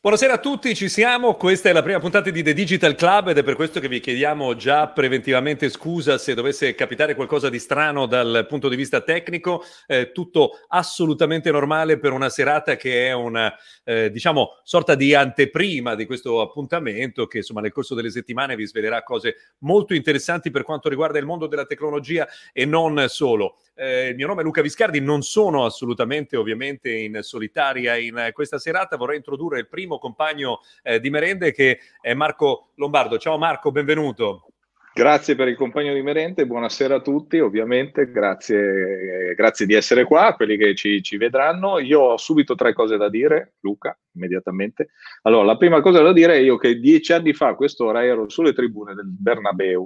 Buonasera a tutti, ci siamo. Questa è la prima puntata di The Digital Club ed è per questo che vi chiediamo già preventivamente scusa se dovesse capitare qualcosa di strano dal punto di vista tecnico. Tutto assolutamente normale per una serata che è una, diciamo, sorta di anteprima di questo appuntamento che, insomma, nel corso delle settimane vi svelerà cose molto interessanti per quanto riguarda il mondo della tecnologia e non solo. Il mio nome è Luca Viscardi, non sono assolutamente ovviamente in solitaria in questa serata. Vorrei introdurre il primo compagno di merende che è Marco Lombardo. Ciao Marco, benvenuto. Grazie per il compagno di merende, buonasera a tutti, ovviamente, grazie di essere qua, quelli che ci vedranno. Io ho subito tre cose da dire, Luca, immediatamente. Allora, la prima cosa da dire è io che 10 anni fa, quest'ora, ero sulle tribune del Bernabeu.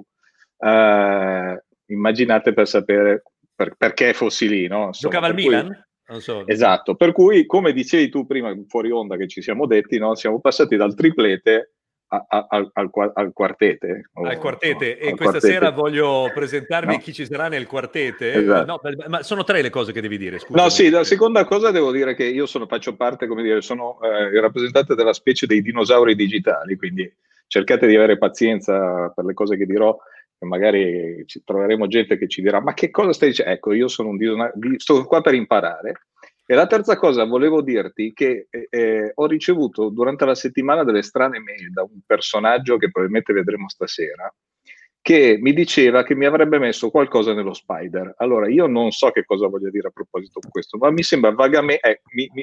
Immaginate per sapere perché fossi lì, no? Insomma, Giocava al Milan? Non so. Esatto, per cui, come dicevi tu prima, fuori onda che ci siamo detti, no? Siamo passati dal triplete al quartete. Al quartete, e Al questa quartete. sera voglio presentarvi No? chi ci sarà nel quartete. Esatto. No, ma sono tre le cose che devi dire, No, scusami. sì, la seconda cosa devo dire che io faccio parte, come dire, sono il rappresentante della specie dei dinosauri digitali, quindi cercate di avere pazienza per le cose che dirò, e magari ci troveremo gente che ci dirà, ma che cosa stai dicendo? Ecco, io sono sto qua per imparare. E la terza cosa, volevo dirti che ho ricevuto durante la settimana delle strane mail da un personaggio che probabilmente vedremo stasera, che mi diceva che mi avrebbe messo qualcosa nello spider. Allora, io non so che cosa voglia dire a proposito di questo, ma mi sembra vagamente,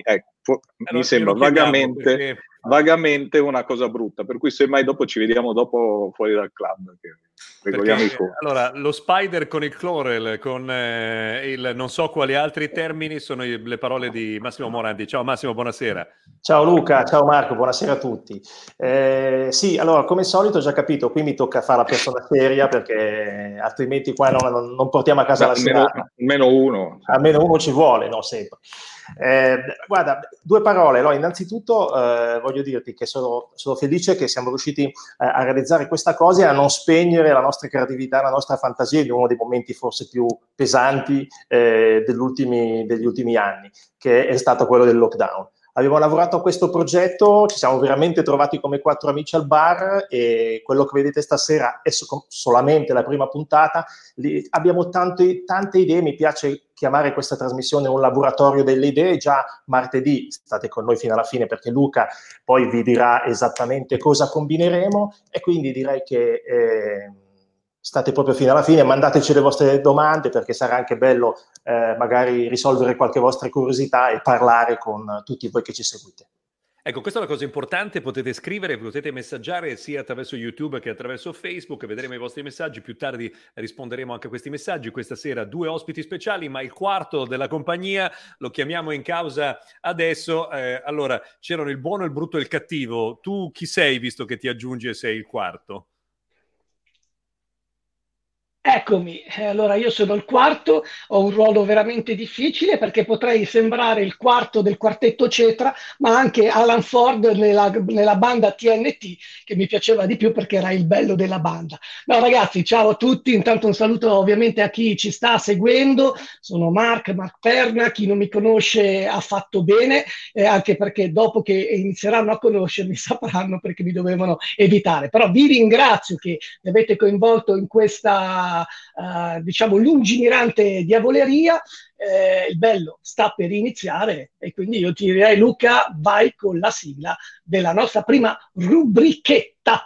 mi Allora, sembra glielo chiediamo perché... vagamente una cosa brutta, per cui semmai dopo ci vediamo dopo fuori dal club, che regoliamo i conti. Allora, lo spider con il chlorel, con il non so quali altri termini, sono le parole di Massimo Morandi. Ciao Massimo, buonasera. Ciao Luca, ciao Marco, buonasera a tutti. Sì, allora, come al solito ho già capito, qui mi tocca fare la persona seria perché altrimenti qua non portiamo a casa la serata. Almeno uno. Almeno uno ci vuole, no, sempre. Guarda, due parole. Allora, innanzitutto voglio dirti che sono felice che siamo riusciti a realizzare questa cosa e a non spegnere la nostra creatività, la nostra fantasia in uno dei momenti forse più pesanti degli ultimi anni, che è stato quello del lockdown. Abbiamo lavorato a questo progetto, ci siamo veramente trovati come quattro amici al bar e quello che vedete stasera è solamente la prima puntata. Abbiamo tante idee, mi piace chiamare questa trasmissione un laboratorio delle idee. Già martedì state con noi fino alla fine perché Luca poi vi dirà esattamente cosa combineremo e quindi direi che state proprio fino alla fine, mandateci le vostre domande perché sarà anche bello magari risolvere qualche vostra curiosità e parlare con tutti voi che ci seguite. Ecco, questa è una cosa importante, potete scrivere, potete messaggiare sia attraverso YouTube che attraverso Facebook, vedremo i vostri messaggi, più tardi risponderemo anche a questi messaggi. Questa sera due ospiti speciali, ma il quarto della compagnia lo chiamiamo in causa adesso. Allora, c'erano il buono, il brutto e il cattivo. Tu chi sei, visto che ti aggiungi e sei il quarto? Eccomi, allora io sono il quarto, ho un ruolo veramente difficile perché potrei sembrare il quarto del quartetto Cetra, ma anche Alan Ford nella banda TNT, che mi piaceva di più perché era il bello della banda. No ragazzi, ciao a tutti, intanto un saluto ovviamente a chi ci sta seguendo, sono Mark Perna, chi non mi conosce ha fatto bene, anche perché dopo che inizieranno a conoscermi sapranno perché mi dovevano evitare. Però vi ringrazio che mi avete coinvolto in questa diciamo lungimirante diavoleria. Il bello sta per iniziare e quindi io ti direi Luca vai con la sigla della nostra prima rubrichetta.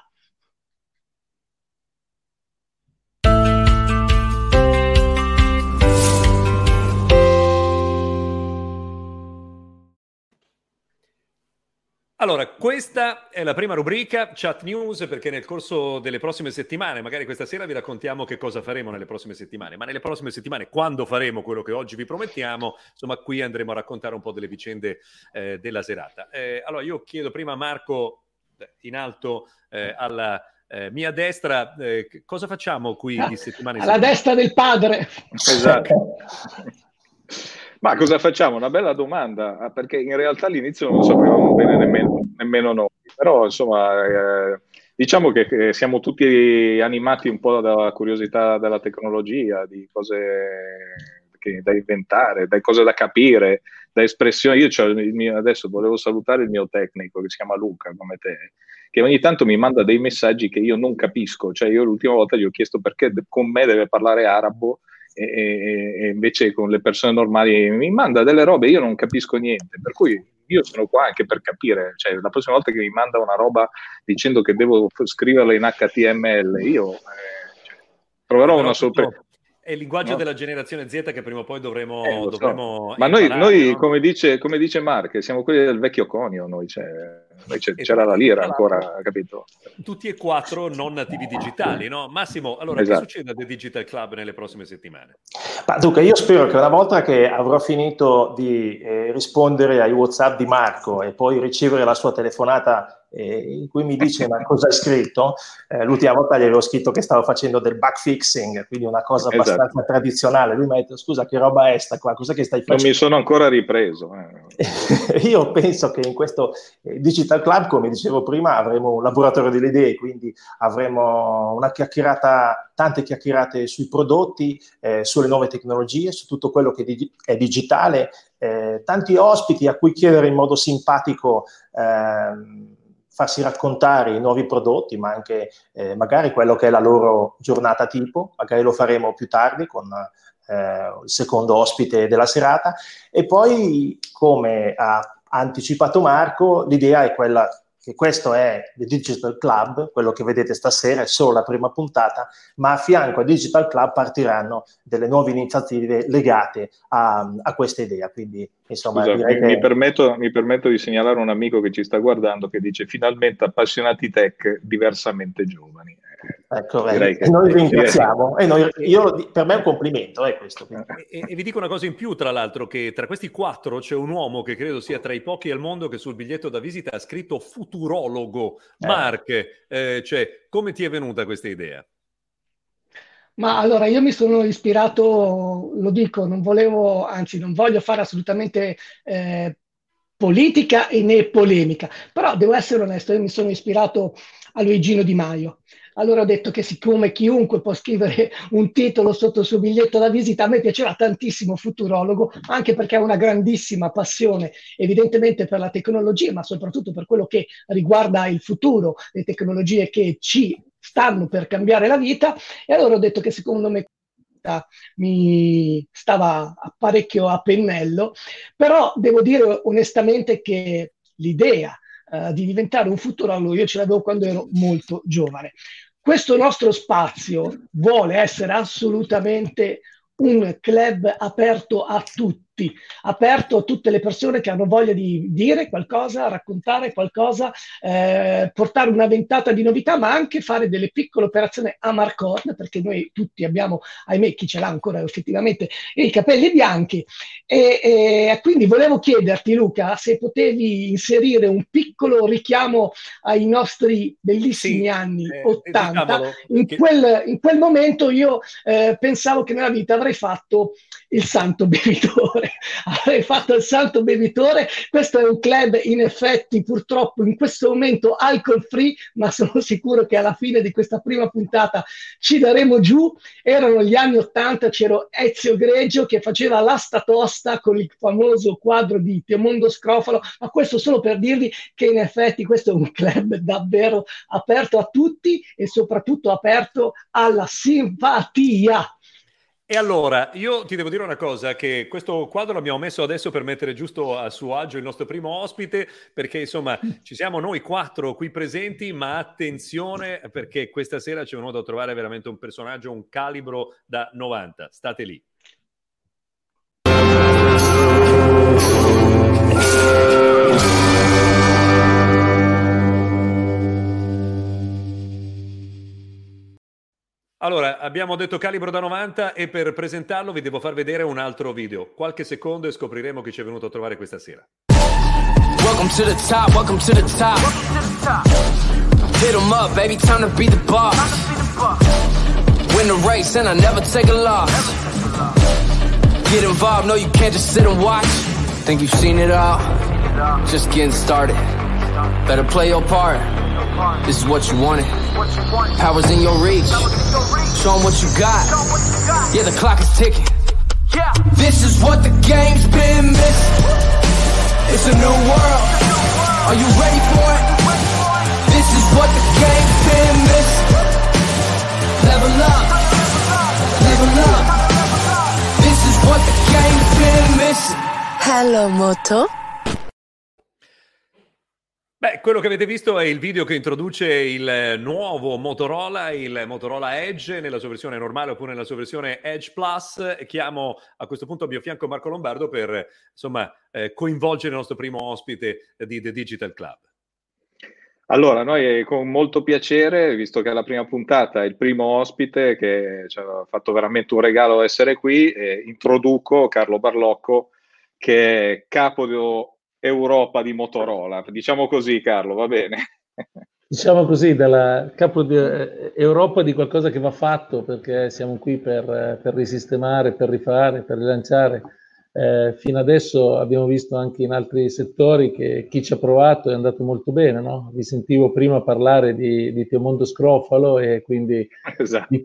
Allora, questa è la prima rubrica, Chat News, perché nel corso delle prossime settimane, magari questa sera vi raccontiamo che cosa faremo nelle prossime settimane, ma nelle prossime settimane, quando faremo quello che oggi vi promettiamo, insomma, qui andremo a raccontare un po' delle vicende della serata. Allora, io chiedo prima a Marco, in alto alla mia destra, cosa facciamo qui di settimana in alla settimana? destra del padre. Esatto. Ma cosa facciamo? Una bella domanda, perché in realtà all'inizio non sapevamo bene nemmeno noi, però insomma diciamo che siamo tutti animati un po' dalla curiosità della tecnologia, di cose da inventare, da cose da capire, da espressioni. Io adesso volevo salutare il mio tecnico che si chiama Luca, come te, che ogni tanto mi manda dei messaggi che io non capisco. Cioè, io l'ultima volta gli ho chiesto perché con me deve parlare arabo e invece con le persone normali mi manda delle robe, io non capisco niente, per cui io sono qua anche per capire. Cioè, la prossima volta che mi manda una roba dicendo che devo scriverla in HTML, io troverò una sorpresa. È il linguaggio della generazione Z che prima o poi dovremo ma imparare, noi no? come dice Mark, siamo quelli del vecchio conio, noi c'era la lira ancora, capito? Tutti e 4 non nativi digitali, no? Massimo, allora Esatto. Che succede a The Digital Club nelle prossime settimane? Ma dunque, io spero che una volta che avrò finito di rispondere ai WhatsApp di Marco e poi ricevere la sua telefonata in cui mi dice ma cosa hai scritto, l'ultima volta gli avevo scritto che stavo facendo del bug fixing, quindi una cosa abbastanza tradizionale. Lui mi ha detto scusa, che roba è sta qua, cosa che stai facendo? Non mi sono ancora ripreso. Io penso che in questo Digital Club, come dicevo prima, avremo un laboratorio delle idee, quindi avremo una chiacchierata, tante chiacchierate sui prodotti, sulle nuove tecnologie, su tutto quello che è digitale, tanti ospiti a cui chiedere in modo simpatico farsi raccontare i nuovi prodotti, ma anche magari quello che è la loro giornata tipo. Magari lo faremo più tardi con il secondo ospite della serata. E poi, come ha anticipato Marco, l'idea è quella che questo è il Digital Club, quello che vedete stasera è solo la prima puntata, ma a fianco al Digital Club partiranno delle nuove iniziative legate a questa idea. Quindi, insomma, scusa, direi mi permetto di segnalare un amico che ci sta guardando che dice finalmente appassionati tech diversamente giovani. Ecco, noi ringraziamo, per me è un complimento, è questo. E vi dico una cosa in più, tra l'altro, che tra questi 4 c'è un uomo che credo sia tra i pochi al mondo che sul biglietto da visita ha scritto futurologo. Mark, cioè, come ti è venuta questa idea? Ma allora io mi sono ispirato, lo dico, non voglio fare assolutamente politica e né polemica, però devo essere onesto, io mi sono ispirato a Luigino Di Maio. Allora ho detto che siccome chiunque può scrivere un titolo sotto il suo biglietto da visita, a me piaceva tantissimo futurologo, anche perché ha una grandissima passione evidentemente per la tecnologia, ma soprattutto per quello che riguarda il futuro, le tecnologie che ci stanno per cambiare la vita. E allora ho detto che secondo me mi stava parecchio a pennello, però devo dire onestamente che l'idea di diventare un futurologo io ce l'avevo quando ero molto giovane. Questo nostro spazio vuole essere assolutamente un club aperto a tutti, aperto a tutte le persone che hanno voglia di dire qualcosa, raccontare qualcosa, portare una ventata di novità, ma anche fare delle piccole operazioni a Marcord, perché noi tutti abbiamo, ahimè, chi ce l'ha ancora effettivamente, i capelli bianchi. E quindi volevo chiederti, Luca, se potevi inserire un piccolo richiamo ai nostri bellissimi anni 80. In quel momento io pensavo che nella vita avrei fatto il santo bevitore. Avrei fatto il santo bevitore. Questo è un club in effetti purtroppo in questo momento alcol free, ma sono sicuro che alla fine di questa prima puntata ci daremo giù. Erano gli anni 80, c'era Ezio Greggio che faceva l'asta tosta con il famoso quadro di Piemondo Scrofalo, ma questo solo per dirvi che in effetti questo è un club davvero aperto a tutti e soprattutto aperto alla simpatia. E allora, io ti devo dire una cosa, che questo quadro l'abbiamo messo adesso per mettere giusto a suo agio il nostro primo ospite, perché insomma ci siamo noi 4 qui presenti, ma attenzione perché questa sera ci è venuto a trovare veramente un personaggio, un calibro da 90. State lì. Allora, abbiamo detto calibro da 90 e per presentarlo vi devo far vedere un altro video. Qualche secondo e scopriremo chi ci è venuto a trovare questa sera. Welcome to the top, welcome to the top. Hit 'em up, baby, time to be the boss. Win the race and I never take a loss. Get involved, no you can't just sit and watch. Think you've seen it all? Just getting started. Better play your part. This is what you wanted. Power's in your reach. Show 'em what you got. Yeah, the clock is ticking. This is what the game's been missing. It's a new world. Are you ready for it? This is what the game's been missing. Level up. Level up. This is what the game's been missing. Hello Moto. Beh, quello che avete visto è il video che introduce il nuovo Motorola, il Motorola Edge, nella sua versione normale oppure nella sua versione Edge Plus. Chiamo a questo punto a mio fianco Marco Lombardo per insomma coinvolgere il nostro primo ospite di The Digital Club. Allora, noi con molto piacere, visto che è la prima puntata, il primo ospite che ci ha fatto veramente un regalo essere qui, introduco Carlo Barlocco, che è capo Europa di Motorola. Diciamo così, Carlo, va bene? Diciamo così, dalla capo di Europa di qualcosa che va fatto, perché siamo qui per risistemare, per rifare, per rilanciare. Fino adesso abbiamo visto anche in altri settori che chi ci ha provato è andato molto bene, no? Vi sentivo prima parlare di Teomondo Scrofalo e quindi esatto.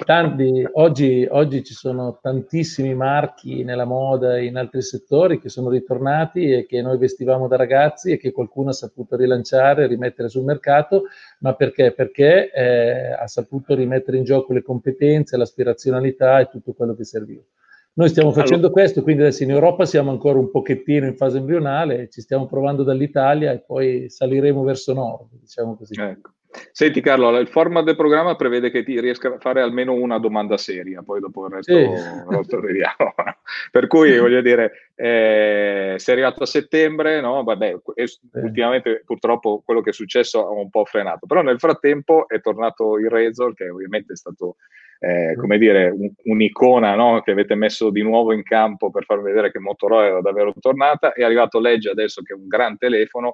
Oggi ci sono tantissimi marchi nella moda e in altri settori che sono ritornati e che noi vestivamo da ragazzi e che qualcuno ha saputo rilanciare, rimettere sul mercato, ma perché? Perché ha saputo rimettere in gioco le competenze, l'aspirazionalità e tutto quello che serviva. Noi stiamo facendo questo, quindi adesso in Europa siamo ancora un pochettino in fase embrionale, ci stiamo provando dall'Italia e poi saliremo verso nord, diciamo così. Ecco. Senti Carlo, il format del programma prevede che ti riesca a fare almeno una domanda seria, poi dopo il resto vediamo. Per cui voglio dire, sei arrivato a settembre, no? Vabbè, ultimamente purtroppo quello che è successo ha un po' frenato, però nel frattempo è tornato il Razr, che ovviamente è stato come dire, un'icona, no? Che avete messo di nuovo in campo per far vedere che Motorola era davvero tornata. È arrivato l'Edge adesso, che è un gran telefono,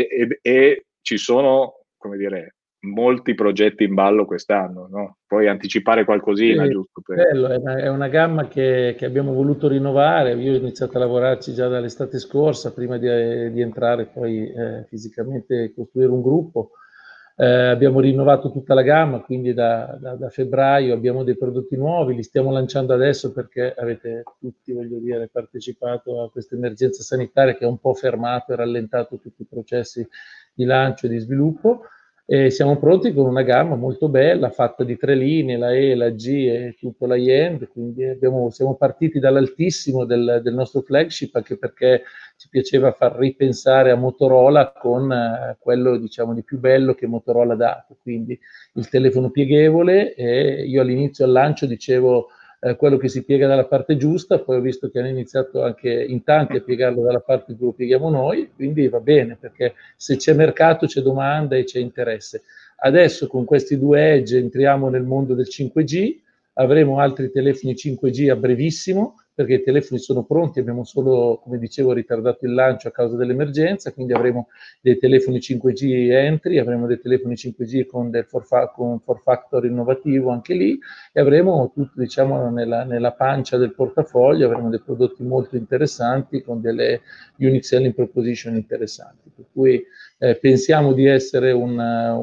e ci sono, come dire, molti progetti in ballo quest'anno, no? Puoi anticipare qualcosina, giusto? Bello, è una gamma che abbiamo voluto rinnovare. Io ho iniziato a lavorarci già dall'estate scorsa, prima di entrare poi fisicamente costruire un gruppo. Abbiamo rinnovato tutta la gamma, quindi da febbraio abbiamo dei prodotti nuovi, li stiamo lanciando adesso perché avete tutti, voglio dire, partecipato a questa emergenza sanitaria che ha un po' fermato e rallentato tutti i processi di lancio e di sviluppo. E siamo pronti con una gamma molto bella, fatta di 3 linee, la E, la G e tutto l'high-end, quindi siamo partiti dall'altissimo del nostro flagship, anche perché ci piaceva far ripensare a Motorola con quello, diciamo, di più bello che Motorola ha dato, quindi il telefono pieghevole. E io all'inizio, al lancio, dicevo quello che si piega dalla parte giusta, poi ho visto che hanno iniziato anche in tanti a piegarlo dalla parte in cui lo pieghiamo noi, quindi va bene, perché se c'è mercato c'è domanda e c'è interesse. Adesso con questi 2 Edge entriamo nel mondo del 5G, avremo altri telefoni 5G a brevissimo, perché i telefoni sono pronti, abbiamo solo, come dicevo, ritardato il lancio a causa dell'emergenza, quindi avremo dei telefoni 5G entry, avremo dei telefoni 5G con form factor innovativo anche lì, e avremo tutto, diciamo, nella pancia del portafoglio, avremo dei prodotti molto interessanti con delle unique selling proposition interessanti, per cui pensiamo di essere una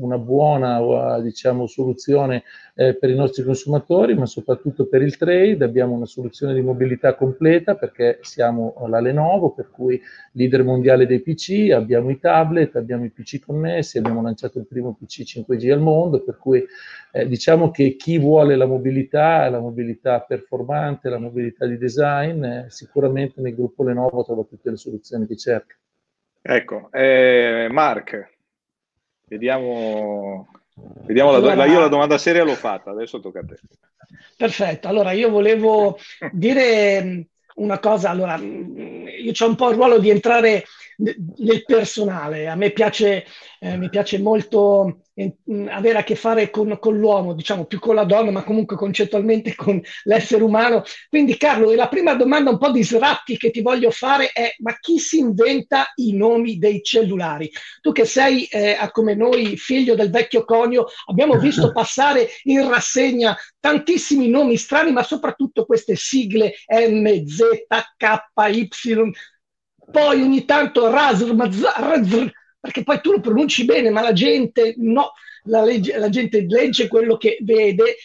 buona, diciamo, soluzione per i nostri consumatori, ma soprattutto per il trade. Abbiamo una soluzione di mobilità completa perché siamo la Lenovo, per cui leader mondiale dei PC, abbiamo i tablet, abbiamo i PC connessi, abbiamo lanciato il primo PC 5G al mondo, per cui diciamo che chi vuole la mobilità performante, la mobilità di design, sicuramente nel gruppo Lenovo trova tutte le soluzioni che cerca. Ecco, Mark, vediamo allora, io la domanda seria l'ho fatta, adesso tocca a te. Perfetto, allora io volevo dire una cosa, allora io c'ho un po' il ruolo di entrare nel personale, a me piace molto avere a che fare con l'uomo, diciamo più con la donna, ma comunque concettualmente con l'essere umano. Quindi Carlo, la prima domanda un po' di sratti che ti voglio fare è: ma chi si inventa i nomi dei cellulari? Tu che sei come noi figlio del vecchio conio, abbiamo visto passare in rassegna tantissimi nomi strani, ma soprattutto queste sigle M, Z, K, Y, poi ogni tanto Razr, perché poi tu lo pronunci bene, ma la gente no. la gente legge quello che vede,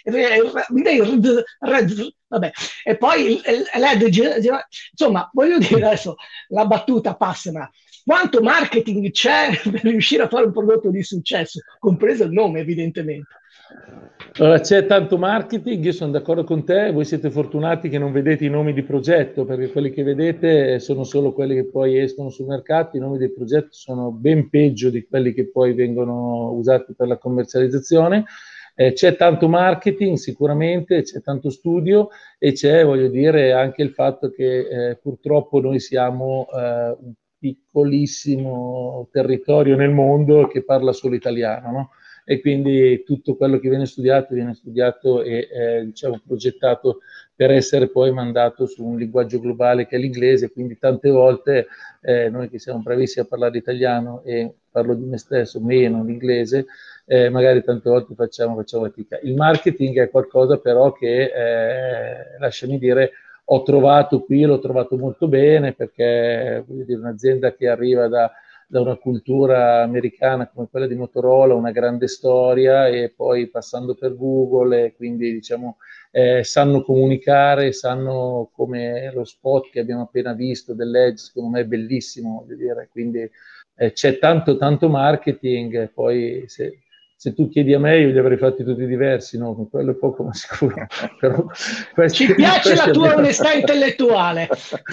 vabbè. E poi insomma, voglio dire adesso, la battuta passa, ma quanto marketing c'è per riuscire a fare un prodotto di successo, compreso il nome evidentemente. Allora, c'è tanto marketing, io sono d'accordo con te, voi siete fortunati che non vedete i nomi di progetto, perché quelli che vedete sono solo quelli che poi escono sul mercato, i nomi dei progetti sono ben peggio di quelli che poi vengono usati per la commercializzazione. C'è tanto marketing sicuramente, c'è tanto studio e c'è, voglio dire, anche il fatto che purtroppo noi siamo un piccolissimo territorio nel mondo che parla solo italiano, no? E quindi tutto quello che viene studiato e diciamo progettato per essere poi mandato su un linguaggio globale che è l'inglese, quindi tante volte noi che siamo bravissimi a parlare italiano e parlo di me stesso, meno l'inglese, magari tante volte facciamo fatica. Il marketing è qualcosa però che, lasciami dire, ho trovato qui, l'ho trovato molto bene perché voglio dire, un'azienda che arriva da una cultura americana come quella di Motorola, una grande storia e poi passando per Google e quindi diciamo sanno comunicare, sanno come lo spot che abbiamo appena visto dell'Edge, secondo me è bellissimo, voglio dire, quindi c'è tanto marketing, poi se tu chiedi a me io li avrei fatti tutti diversi, no? Quello è poco ma sicuro. Però ci piace la tua onestà intellettuale.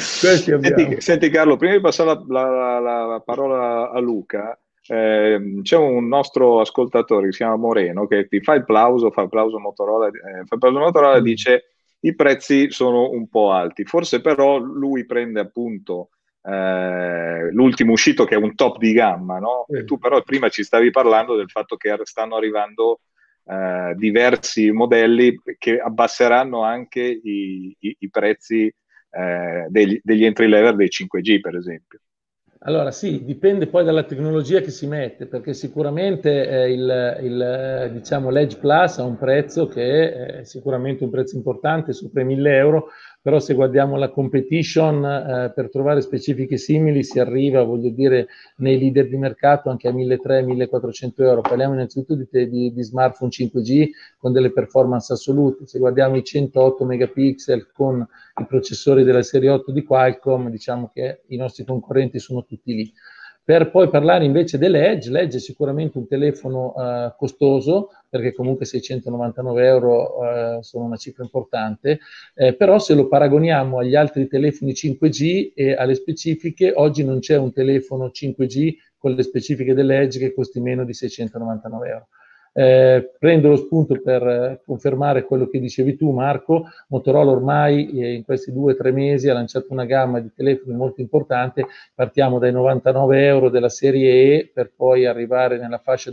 Senti Carlo, prima di passare la parola a Luca, c'è un nostro ascoltatore che si chiama Moreno che ti fa il plauso Motorola, dice i prezzi sono un po' alti, forse però lui prende appunto l'ultimo uscito che è un top di gamma, no? E tu però prima ci stavi parlando del fatto che stanno arrivando diversi modelli che abbasseranno anche i prezzi degli entry level dei 5G per esempio. Allora sì, dipende poi dalla tecnologia che si mette, perché sicuramente diciamo, l'Edge Plus ha un prezzo che è sicuramente un prezzo importante, sopra i 1.000 euro, però se guardiamo la competition per trovare specifiche simili si arriva, voglio dire, nei leader di mercato anche a 1.300-1.400 euro. Parliamo innanzitutto di smartphone 5G con delle performance assolute. Se guardiamo i 108 megapixel con i processori della serie 8 di Qualcomm, diciamo che i nostri concorrenti sono tutti lì. Per poi parlare invece dell'Edge, l'Edge è sicuramente un telefono costoso, perché comunque 699 euro sono una cifra importante, però se lo paragoniamo agli altri telefoni 5G e alle specifiche, oggi non c'è un telefono 5G con le specifiche dell'Edge che costi meno di 699 euro. Prendo lo spunto per confermare quello che dicevi tu, Marco. Motorola ormai in questi 2 o 3 mesi ha lanciato una gamma di telefoni molto importante. Partiamo dai 99 euro della serie E per poi arrivare nella fascia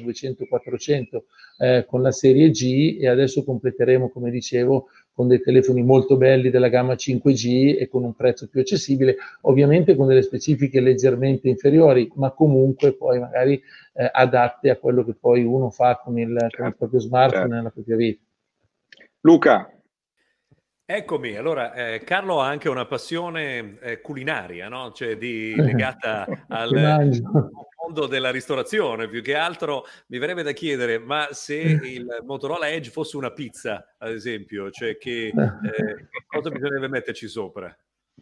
200-400 con la serie G e adesso completeremo, come dicevo, con dei telefoni molto belli della gamma 5G e con un prezzo più accessibile, ovviamente con delle specifiche leggermente inferiori, ma comunque poi magari adatte a quello che poi uno fa con il proprio smartphone nella propria vita. Luca. Eccomi, allora Carlo ha anche una passione culinaria, no? Cioè legata al mondo della ristorazione, più che altro mi verrebbe da chiedere, ma se il Motorola Edge fosse una pizza, ad esempio, cioè cosa bisognerebbe metterci sopra?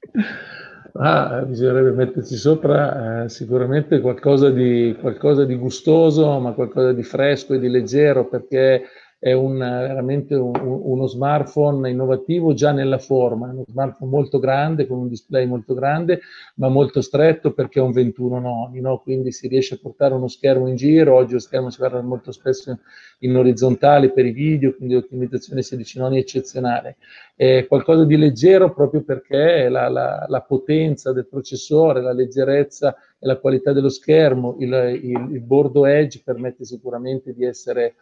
Bisognerebbe metterci sopra sicuramente qualcosa di gustoso, ma qualcosa di fresco e di leggero, perché è veramente uno smartphone innovativo già nella forma, è uno smartphone molto grande, con un display molto grande, ma molto stretto perché è un 21 noni, no? Quindi si riesce a portare uno schermo in giro. Oggi lo schermo si guarda molto spesso in orizzontale per i video, quindi l'ottimizzazione 16 noni eccezionale. È qualcosa di leggero proprio perché la potenza del processore, la leggerezza e la qualità dello schermo, il bordo Edge permette sicuramente di essere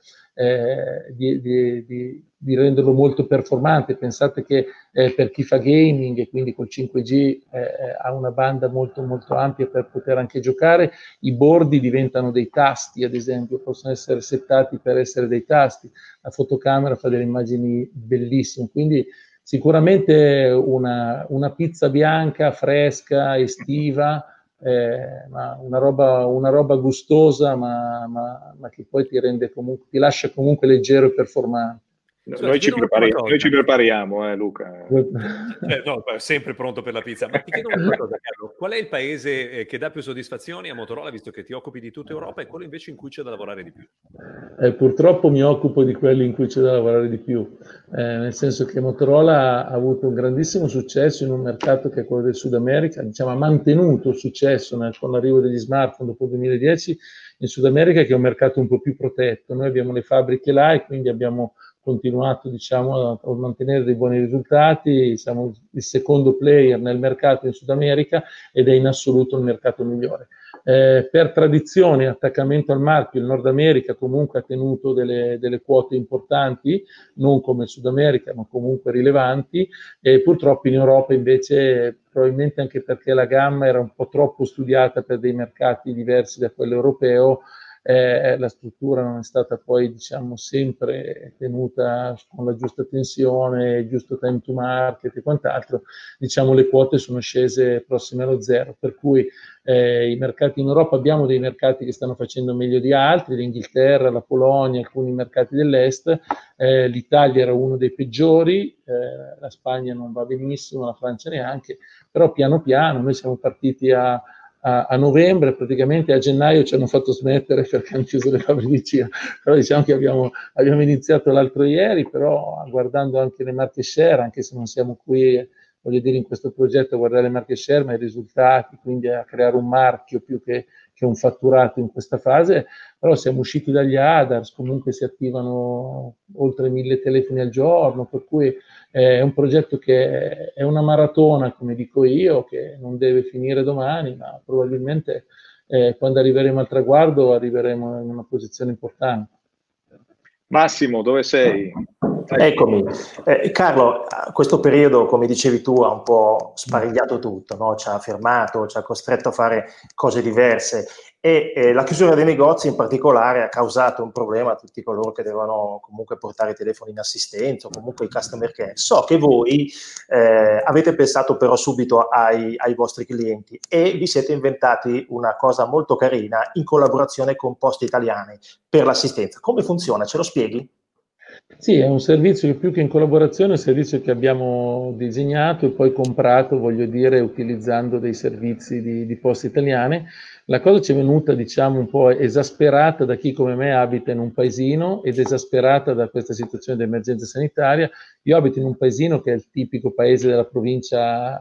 di renderlo molto performante. Pensate che per chi fa gaming e quindi col 5G ha una banda molto molto ampia per poter anche giocare, i bordi diventano dei tasti, ad esempio, possono essere settati per essere dei tasti, la fotocamera fa delle immagini bellissime, quindi sicuramente una pizza bianca, fresca, estiva, ma una roba gustosa, ma che poi ti rende comunque, ti lascia comunque leggero e performante. Noi ci prepariamo, Luca. No, sempre pronto per la pizza. Ma ti chiedo una cosa, Carlo. Qual è il paese che dà più soddisfazioni a Motorola, visto che ti occupi di tutta Europa, e quello invece in cui c'è da lavorare di più? Purtroppo mi occupo di quelli in cui c'è da lavorare di più, nel senso che Motorola ha avuto un grandissimo successo in un mercato che è quello del Sud America, diciamo ha mantenuto il successo con l'arrivo degli smartphone dopo il 2010 in Sud America, che è un mercato un po' più protetto. Noi abbiamo le fabbriche là e quindi abbiamo continuato, diciamo, a mantenere dei buoni risultati. Siamo il secondo player nel mercato in Sud America ed è in assoluto il mercato migliore. Per tradizione, attaccamento al marchio, il Nord America comunque ha tenuto delle quote importanti, non come il Sud America, ma comunque rilevanti, e purtroppo in Europa invece, probabilmente anche perché la gamma era un po' troppo studiata per dei mercati diversi da quello europeo, la struttura non è stata poi, diciamo, sempre tenuta con la giusta tensione, il giusto time to market e quant'altro. Diciamo, le quote sono scese prossime allo zero, per cui i mercati in Europa, abbiamo dei mercati che stanno facendo meglio di altri, l'Inghilterra, la Polonia, alcuni mercati dell'est, l'Italia era uno dei peggiori, la Spagna non va benissimo, la Francia neanche, però piano piano noi siamo partiti a novembre, praticamente a gennaio ci hanno fatto smettere perché hanno chiuso le fabbriche di Cina, però diciamo che abbiamo iniziato l'altro ieri, però guardando anche le market share, anche se non siamo qui, voglio dire, in questo progetto a guardare le market share, ma i risultati, quindi a creare un marchio più che un fatturato in questa fase, però siamo usciti dagli ADARS, comunque si attivano oltre 1000 telefoni al giorno, per cui è un progetto che è una maratona, come dico io, che non deve finire domani, ma probabilmente quando arriveremo al traguardo arriveremo in una posizione importante. Massimo, dove sei? Eccomi. Carlo, questo periodo, come dicevi tu, ha un po' sparigliato tutto, no? Ci ha fermato, ci ha costretto a fare cose diverse e la chiusura dei negozi in particolare ha causato un problema a tutti coloro che devono comunque portare i telefoni in assistenza o comunque i customer care. So che voi avete pensato però subito ai vostri clienti e vi siete inventati una cosa molto carina in collaborazione con Poste Italiane per l'assistenza. Come funziona? Ce lo spieghi? Sì, è un servizio che più che in collaborazione è un servizio che abbiamo disegnato e poi comprato, voglio dire, utilizzando dei servizi di Poste Italiane. La cosa ci è venuta, diciamo, un po' esasperata da chi come me abita in un paesino ed esasperata da questa situazione di emergenza sanitaria. Io abito in un paesino che è il tipico paese della provincia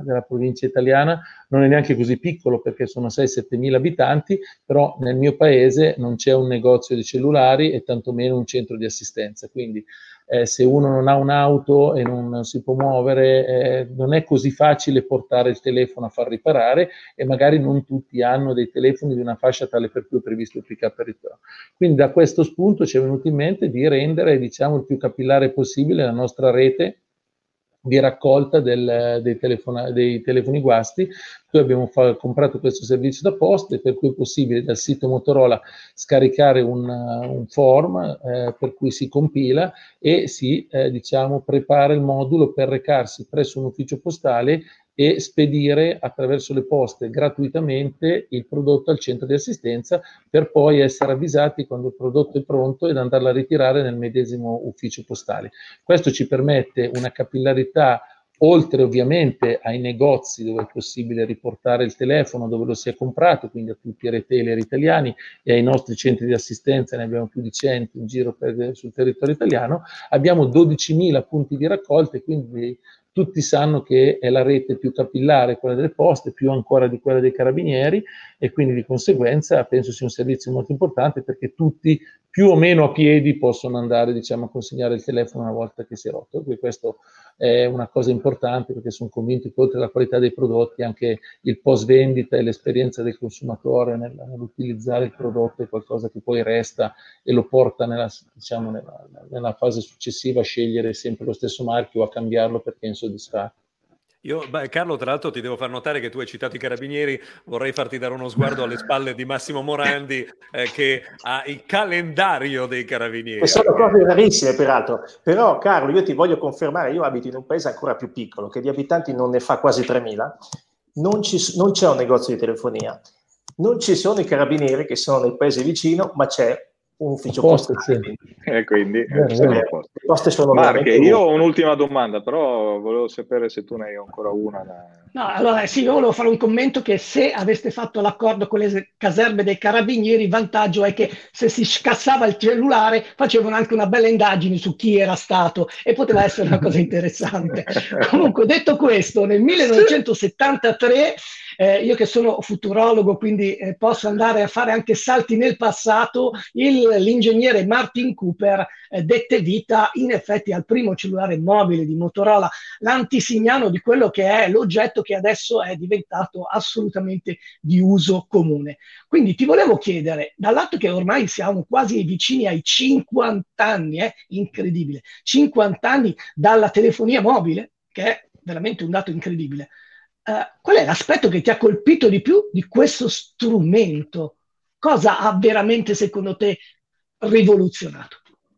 italiana, non è neanche così piccolo perché sono 6-7 mila abitanti, però nel mio paese non c'è un negozio di cellulari e tantomeno un centro di assistenza. Quindi se uno non ha un'auto e non si può muovere, non è così facile portare il telefono a far riparare e magari non tutti hanno dei telefoni di una fascia tale per cui è previsto il pick up e return. Quindi da questo spunto ci è venuto in mente di rendere, diciamo, il più capillare possibile la nostra rete di raccolta dei telefoni guasti. Noi abbiamo comprato questo servizio da Poste, per cui è possibile dal sito Motorola scaricare un form per cui si compila e si diciamo, prepara il modulo per recarsi presso un ufficio postale e spedire attraverso le poste gratuitamente il prodotto al centro di assistenza per poi essere avvisati quando il prodotto è pronto ed andarlo a ritirare nel medesimo ufficio postale. Questo ci permette una capillarità oltre ovviamente ai negozi dove è possibile riportare il telefono dove lo si è comprato, quindi a tutti i retailer italiani e ai nostri centri di assistenza, ne abbiamo più di 100 in giro sul territorio italiano. Abbiamo 12.000 punti di raccolta e quindi tutti sanno che è la rete più capillare, quella delle poste, più ancora di quella dei carabinieri, e quindi di conseguenza penso sia un servizio molto importante perché tutti più o meno a piedi possono andare, diciamo, a consegnare il telefono una volta che si è rotto. Quindi questo è una cosa importante perché sono convinto che oltre alla qualità dei prodotti anche il post vendita e l'esperienza del consumatore nell'utilizzare il prodotto è qualcosa che poi resta e lo porta nella fase successiva a scegliere sempre lo stesso marchio o a cambiarlo perché è insoddisfatto. Carlo, tra l'altro ti devo far notare che tu hai citato i carabinieri, vorrei farti dare uno sguardo alle spalle di Massimo Morandi che ha il calendario dei carabinieri. E sono cose rarissime peraltro, però Carlo io ti voglio confermare, io abito in un paese ancora più piccolo che di abitanti non ne fa quasi 3.000 non c'è un negozio di telefonia, non ci sono i carabinieri che sono nel paese vicino, ma c'è un ufficio postale. Quindi Marche, io ho un'ultima domanda, però volevo sapere se tu ne hai ancora una. No, allora sì, io volevo fare un commento che se aveste fatto l'accordo con le caserme dei carabinieri, il vantaggio è che se si scassava il cellulare facevano anche una bella indagine su chi era stato e poteva essere una cosa interessante. Comunque, detto questo, nel 1973 io che sono futurologo, quindi posso andare a fare anche salti nel passato, l'ingegnere Martin Cooper dette vita in effetti al primo cellulare mobile di Motorola, l'antesignano di quello che è l'oggetto che adesso è diventato assolutamente di uso comune. Quindi ti volevo chiedere, dall'atto che ormai siamo quasi vicini ai 50 anni, incredibile, 50 anni dalla telefonia mobile, che è veramente un dato incredibile, qual è l'aspetto che ti ha colpito di più di questo strumento? Cosa ha veramente, secondo te, rivoluzionato?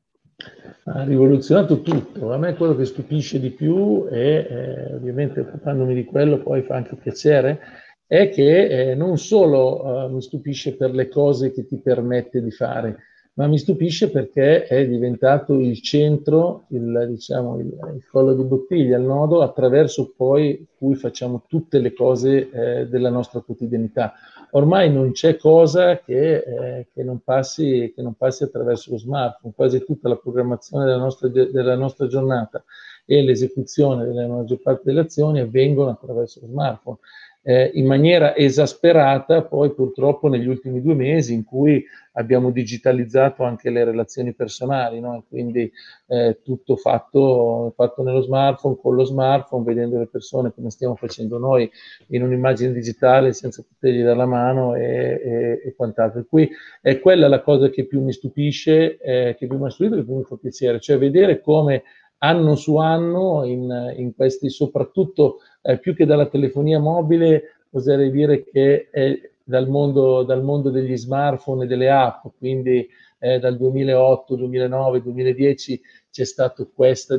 Ha rivoluzionato tutto. A me quello che stupisce di più e ovviamente occupandomi di quello poi fa anche piacere, è che non solo mi stupisce per le cose che ti permette di fare, ma mi stupisce perché è diventato il centro, il collo di bottiglia, il nodo attraverso poi cui facciamo tutte le cose della nostra quotidianità. Ormai non c'è cosa che non passi attraverso lo smartphone. Quasi tutta la programmazione della nostra giornata e l'esecuzione della maggior parte delle azioni avvengono attraverso lo smartphone. In maniera esasperata poi purtroppo negli ultimi 2 mesi in cui abbiamo digitalizzato anche le relazioni personali, no? Quindi tutto fatto nello smartphone, con lo smartphone, vedendo le persone come stiamo facendo noi in un'immagine digitale senza potergli dare la mano e quant'altro. E qui è quella la cosa che più mi stupisce, che più mi ha stupito, che più mi fa piacere, cioè vedere come anno su anno in questi, soprattutto più che dalla telefonia mobile, oserei dire che è dal mondo degli smartphone e delle app, quindi dal 2008, 2009, 2010 c'è stato questo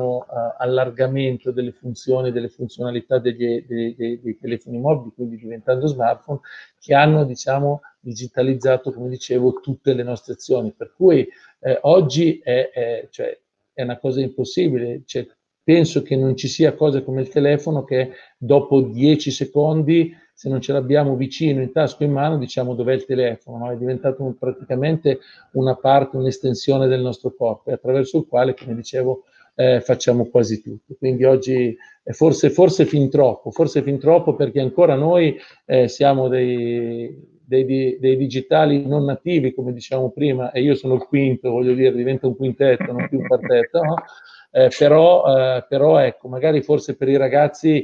allargamento delle funzioni, delle funzionalità dei telefoni mobili, quindi diventando smartphone, che hanno digitalizzato, come dicevo, tutte le nostre azioni. Per cui oggi è una cosa impossibile, cioè, penso che non ci sia cosa come il telefono che dopo 10 secondi, se non ce l'abbiamo vicino, in tasca, in mano, diciamo dov'è il telefono, no? È diventato praticamente una parte, un'estensione del nostro corpo, attraverso il quale, come dicevo, facciamo quasi tutto. Quindi oggi forse fin troppo, perché ancora noi siamo dei digitali non nativi, come diciamo prima, e io sono il quinto, voglio dire, diventa un quintetto, non più un quartetto, no? Però ecco, magari forse per i ragazzi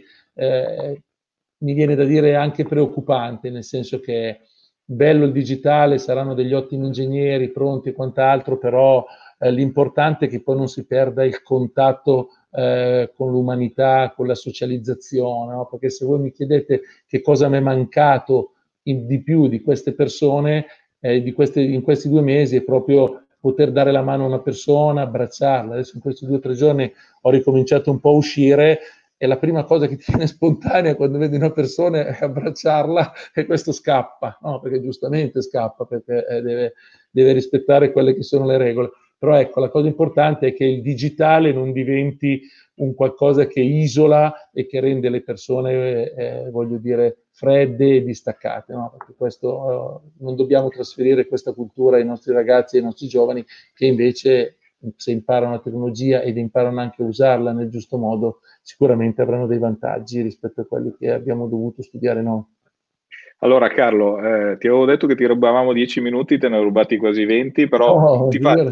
mi viene da dire anche preoccupante, nel senso che bello il digitale, saranno degli ottimi ingegneri, pronti e quant'altro, però l'importante è che poi non si perda il contatto con l'umanità, con la socializzazione, no? Perché se voi mi chiedete che cosa mi è mancato di più di queste persone, in questi 2 mesi, è proprio poter dare la mano a una persona, abbracciarla. Adesso in questi 2 o 3 giorni ho ricominciato un po' a uscire e la prima cosa che ti viene spontanea quando vedi una persona è abbracciarla, e questo scappa, no? Perché giustamente scappa, perché deve rispettare quelle che sono le regole. Però ecco, la cosa importante è che il digitale non diventi un qualcosa che isola e che rende le persone, voglio dire, fredde e distaccate, no? Perché questo, non dobbiamo trasferire questa cultura ai nostri ragazzi e ai nostri giovani, che invece, se imparano la tecnologia ed imparano anche a usarla nel giusto modo, sicuramente avranno dei vantaggi rispetto a quelli che abbiamo dovuto studiare noi. Allora Carlo, ti avevo detto che ti rubavamo 10 minuti, te ne ho rubati quasi 20, però ti faccio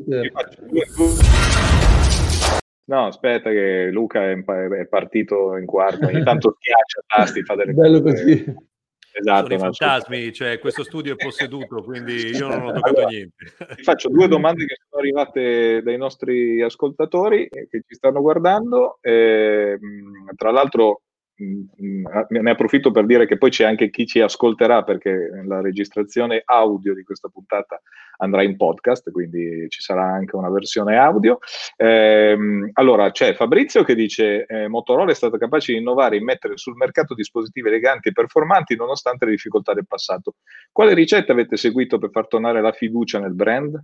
No, aspetta che Luca è partito in quarto, ogni tanto schiaccia tasti, fa delle bello cose. Così. Esatto, sono i fantasmi, cioè questo studio è posseduto, quindi io non ho toccato niente. Ti faccio 2 domande che sono arrivate dai nostri ascoltatori che ci stanno guardando. Tra l'altro ne approfitto per dire che poi c'è anche chi ci ascolterà, perché la registrazione audio di questa puntata andrà in podcast, quindi ci sarà anche una versione audio. Allora c'è Fabrizio che dice Motorola è stata capace di innovare e mettere sul mercato dispositivi eleganti e performanti nonostante le difficoltà del passato. Quale ricetta avete seguito per far tornare la fiducia nel brand?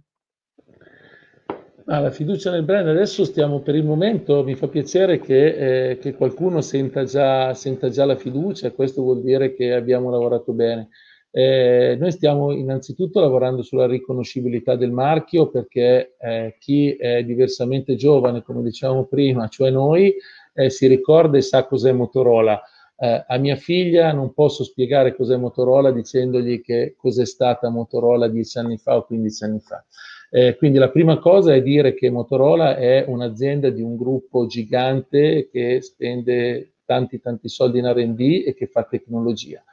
La fiducia nel brand, adesso stiamo, per il momento mi fa piacere che qualcuno senta già la fiducia, questo vuol dire che abbiamo lavorato bene. Noi stiamo innanzitutto lavorando sulla riconoscibilità del marchio, perché chi è diversamente giovane, come dicevamo prima, cioè noi, si ricorda e sa cos'è Motorola. A mia figlia non posso spiegare cos'è Motorola dicendogli che cos'è stata Motorola 10 anni fa o 15 anni fa. Quindi la prima cosa è dire che Motorola è un'azienda di un gruppo gigante che spende tanti soldi in R&D e che fa tecnologia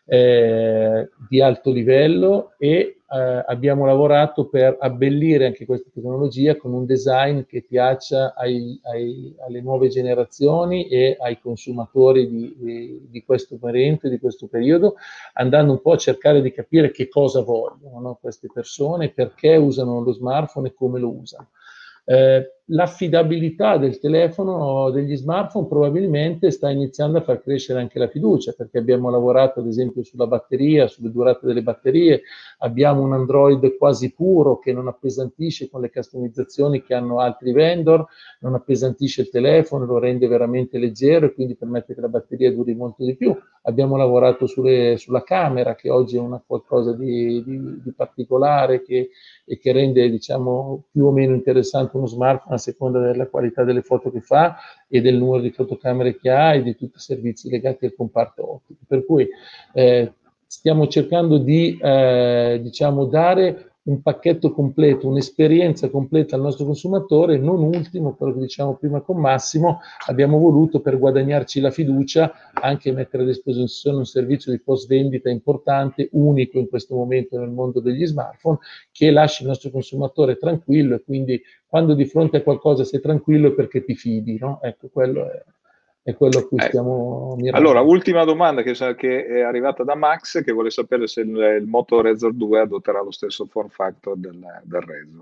di alto livello, e abbiamo lavorato per abbellire anche questa tecnologia con un design che piaccia alle nuove generazioni e ai consumatori di questo momento, di questo periodo, andando un po' a cercare di capire che cosa vogliono, no, queste persone, perché usano lo smartphone e come lo usano. L'affidabilità del telefono, degli smartphone, probabilmente sta iniziando a far crescere anche la fiducia, perché abbiamo lavorato ad esempio sulla batteria, sulle durate delle batterie, abbiamo un Android quasi puro che non appesantisce con le customizzazioni che hanno altri vendor, non appesantisce il telefono, lo rende veramente leggero e quindi permette che la batteria duri molto di più. Abbiamo lavorato sulla camera, che oggi è una qualcosa di particolare e che rende, diciamo, più o meno interessante uno smartphone a seconda della qualità delle foto che fa e del numero di fotocamere che ha e di tutti i servizi legati al comparto ottico. Per cui stiamo cercando di diciamo, dare un pacchetto completo, un'esperienza completa al nostro consumatore. Non ultimo, quello che diciamo prima con Massimo, abbiamo voluto, per guadagnarci la fiducia, anche mettere a disposizione un servizio di post vendita importante, unico in questo momento nel mondo degli smartphone, che lasci il nostro consumatore tranquillo, e quindi quando di fronte a qualcosa sei tranquillo è perché ti fidi, no? Ecco, quello è quello a cui stiamo mirando. Allora, ultima domanda che è arrivata da Max, che vuole sapere se il Moto Razr 2 adotterà lo stesso form factor del Razr.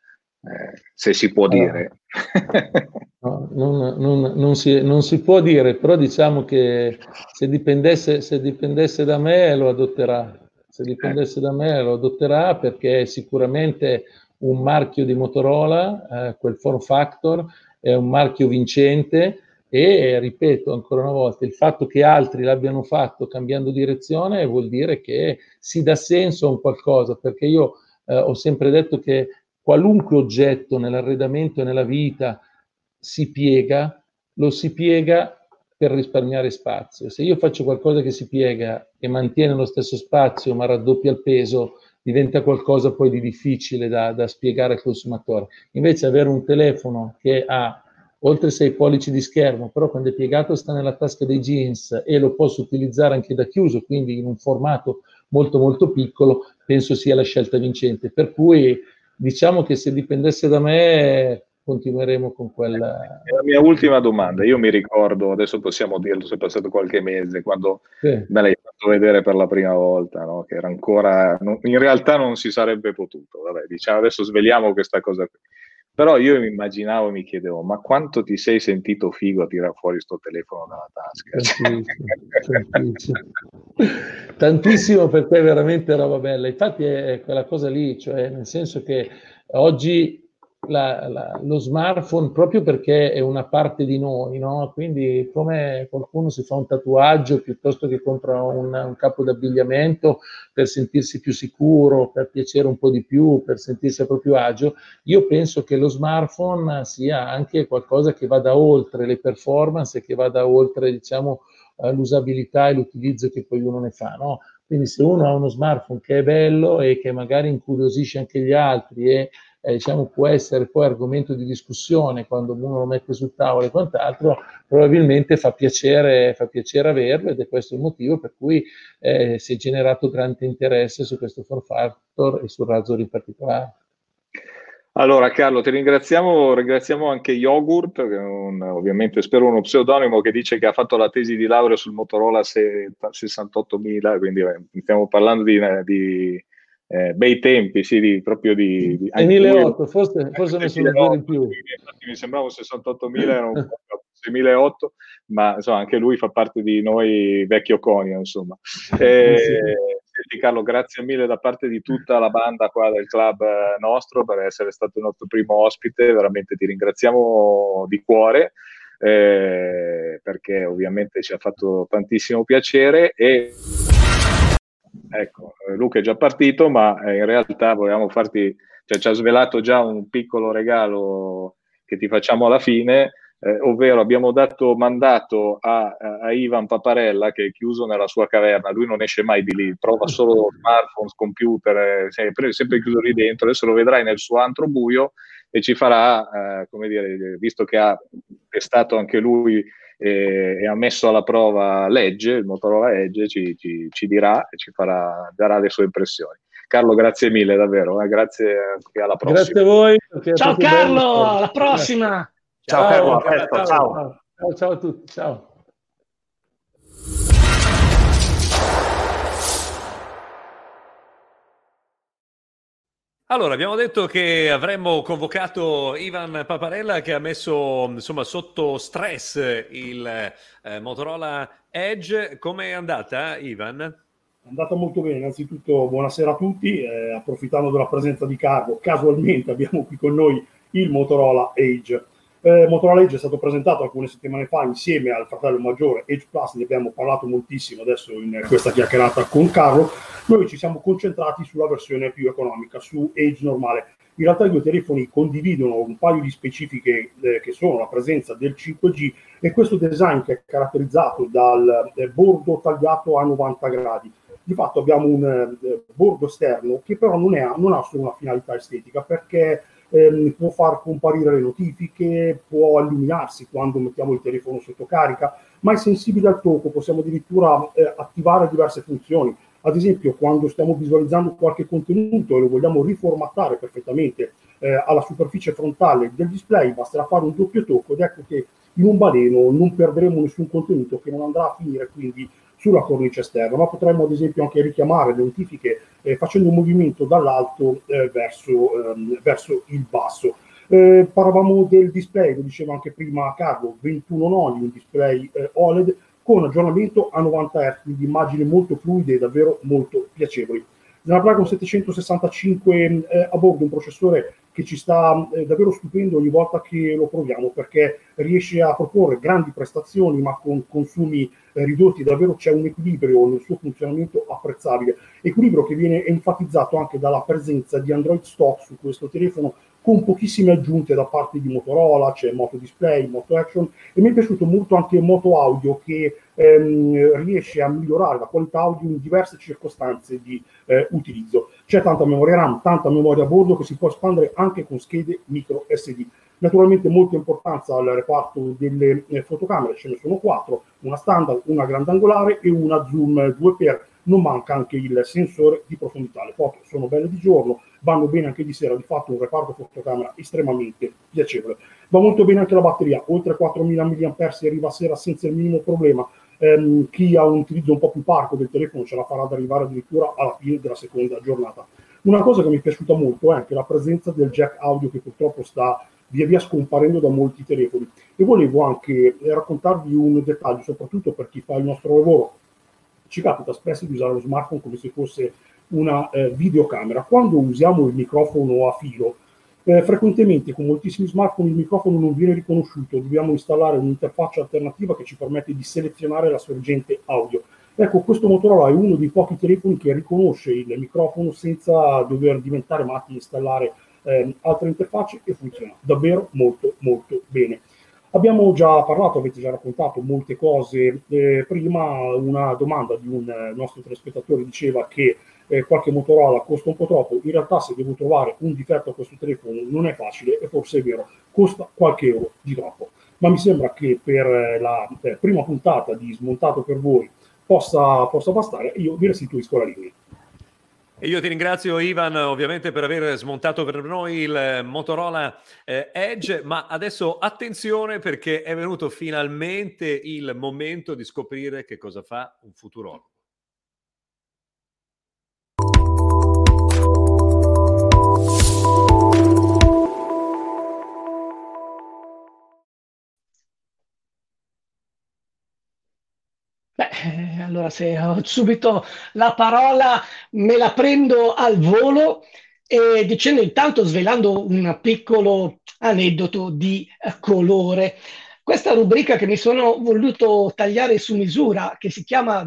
Se si può dire. No, non si può dire, però diciamo che se dipendesse da me lo adotterà. Se dipendesse da me lo adotterà, perché è sicuramente un marchio di Motorola, quel form factor è un marchio vincente. E ripeto ancora una volta, il fatto che altri l'abbiano fatto cambiando direzione vuol dire che si dà senso a un qualcosa, perché io ho sempre detto che qualunque oggetto nell'arredamento e nella vita lo si piega per risparmiare spazio. Se io faccio qualcosa che si piega e mantiene lo stesso spazio ma raddoppia il peso, diventa qualcosa poi di difficile da spiegare al consumatore. Invece avere un telefono che ha oltre 6 pollici di schermo, però quando è piegato sta nella tasca dei jeans e lo posso utilizzare anche da chiuso, quindi in un formato molto molto piccolo, penso sia la scelta vincente. Per cui diciamo che se dipendesse da me continueremo con quella. È la mia ultima domanda. Io mi ricordo, adesso possiamo dirlo, se è passato qualche mese, quando me l'hai fatto vedere per la prima volta, no? Che era ancora, in realtà non si sarebbe potuto. Vabbè, diciamo, adesso sveliamo questa cosa qui. Però io mi immaginavo e mi chiedevo, ma quanto ti sei sentito figo a tirare fuori sto telefono dalla tasca? Tantissimo, perché è veramente roba bella. Infatti è quella cosa lì, cioè nel senso che oggi lo smartphone, proprio perché è una parte di noi, no? Quindi come qualcuno si fa un tatuaggio piuttosto che compra un capo d'abbigliamento per sentirsi più sicuro, per piacere un po' di più, per sentirsi a proprio agio, io penso che lo smartphone sia anche qualcosa che vada oltre le performance e che vada oltre, diciamo, l'usabilità e l'utilizzo che poi uno ne fa, no? Quindi se uno ha uno smartphone che è bello e che magari incuriosisce anche gli altri e diciamo, può essere poi argomento di discussione quando uno lo mette sul tavolo e quant'altro, probabilmente fa piacere averlo, ed è questo il motivo per cui si è generato grande interesse su questo form factor e sul Razr in particolare. Allora Carlo, ti ringraziamo anche Yogurt, che è ovviamente spero uno pseudonimo, che dice che ha fatto la tesi di laurea sul Motorola 68000, quindi stiamo parlando di bei tempi, sì, proprio di 2008, forse ne sono due in più. Infatti mi sembrava 68.000, erano 6.008, ma insomma anche lui fa parte di noi vecchio conio, insomma. Senti Carlo, grazie mille da parte di tutta la banda qua del club nostro per essere stato il nostro primo ospite, veramente ti ringraziamo di cuore, perché ovviamente ci ha fatto tantissimo piacere e ecco, Luca è già partito, ma in realtà volevamo farti, cioè ci ha svelato già un piccolo regalo che ti facciamo alla fine, ovvero abbiamo dato mandato a Ivan Paparella, che è chiuso nella sua caverna, lui non esce mai di lì, prova solo smartphone, computer, sempre chiuso lì dentro, adesso lo vedrai nel suo antro buio e ci farà, come dire, visto che ha testato anche lui e ha messo alla prova l'Edge, il Motorola Edge, ci dirà e darà le sue impressioni. Carlo, grazie mille davvero, grazie e alla prossima. Grazie a voi. Ciao Carlo, alla prossima. Ciao Carlo, ciao a tutti, ciao. Allora, abbiamo detto che avremmo convocato Ivan Paparella, che ha messo insomma sotto stress il Motorola Edge. Come è andata, Ivan? È andata molto bene. Innanzitutto buonasera a tutti, approfittando della presenza di Carlo, casualmente abbiamo qui con noi il Motorola Edge. Motorola Edge è stato presentato alcune settimane fa insieme al fratello maggiore Edge Plus, ne abbiamo parlato moltissimo adesso in questa chiacchierata con Carlo. Noi ci siamo concentrati sulla versione più economica, su Edge normale. In realtà i due telefoni condividono un paio di specifiche che sono la presenza del 5G e questo design che è caratterizzato dal bordo tagliato a 90 gradi. Di fatto abbiamo un bordo esterno che però non ha solo una finalità estetica, perché può far comparire le notifiche, può illuminarsi quando mettiamo il telefono sotto carica, ma è sensibile al tocco, possiamo addirittura attivare diverse funzioni. Ad esempio, quando stiamo visualizzando qualche contenuto e lo vogliamo riformattare perfettamente alla superficie frontale del display, basterà fare un doppio tocco ed ecco che in un baleno non perderemo nessun contenuto che non andrà a finire quindi sulla cornice esterna, ma potremmo ad esempio anche richiamare le notifiche facendo un movimento dall'alto verso il basso. Parlavamo del display, lo diceva anche prima Carlo, 21 noni, un display OLED con aggiornamento a 90 Hz, quindi immagini molto fluide e davvero molto piacevoli. Snapdragon 765 a bordo, un processore che ci sta davvero stupendo ogni volta che lo proviamo, perché riesce a proporre grandi prestazioni ma con consumi ridotti. Davvero c'è un equilibrio nel suo funzionamento apprezzabile, equilibrio che viene enfatizzato anche dalla presenza di Android Stock su questo telefono, con pochissime aggiunte da parte di Motorola. C'è Moto Display, Moto Action e mi è piaciuto molto anche Moto Audio, che riesce a migliorare la qualità audio in diverse circostanze di utilizzo. C'è tanta memoria RAM, tanta memoria a bordo che si può espandere anche con schede micro SD. Naturalmente molta importanza al reparto delle fotocamere, ce ne sono 4, una standard, una grandangolare e una zoom 2x. Non manca anche il sensore di profondità. Le foto sono belle di giorno, vanno bene anche di sera, di fatto un reparto fotocamera estremamente piacevole. Va molto bene anche la batteria, oltre 4.000 mAh si arriva a sera senza il minimo problema. Chi ha un utilizzo un po' più parco del telefono ce la farà ad arrivare addirittura alla fine della seconda giornata. Una cosa che mi è piaciuta molto è anche la presenza del jack audio, che purtroppo sta via via scomparendo da molti telefoni, e volevo anche raccontarvi un dettaglio, soprattutto per chi fa il nostro lavoro. Ci capita spesso di usare lo smartphone come se fosse una videocamera. Quando usiamo il microfono a filo, frequentemente con moltissimi smartphone il microfono non viene riconosciuto, dobbiamo installare un'interfaccia alternativa che ci permette di selezionare la sorgente audio. Ecco, questo Motorola è uno dei pochi telefoni che riconosce il microfono senza dover diventare matti e installare altre interfacce, e funziona davvero molto molto bene. Abbiamo già parlato, avete già raccontato molte cose prima. Una domanda di un nostro telespettatore diceva che qualche Motorola costa un po' troppo. In realtà, se devo trovare un difetto a questo telefono non è facile, e forse è vero, costa qualche euro di troppo. Ma mi sembra che per la prima puntata di Smontato per voi possa bastare. Io vi restituisco la linea. E io ti ringrazio Ivan ovviamente per aver smontato per noi il Motorola Edge, ma adesso attenzione perché è venuto finalmente il momento di scoprire che cosa fa un futurologo. Allora se ho subito la parola me la prendo al volo e dicendo intanto, svelando un piccolo aneddoto di colore. Questa rubrica che mi sono voluto tagliare su misura, che si chiama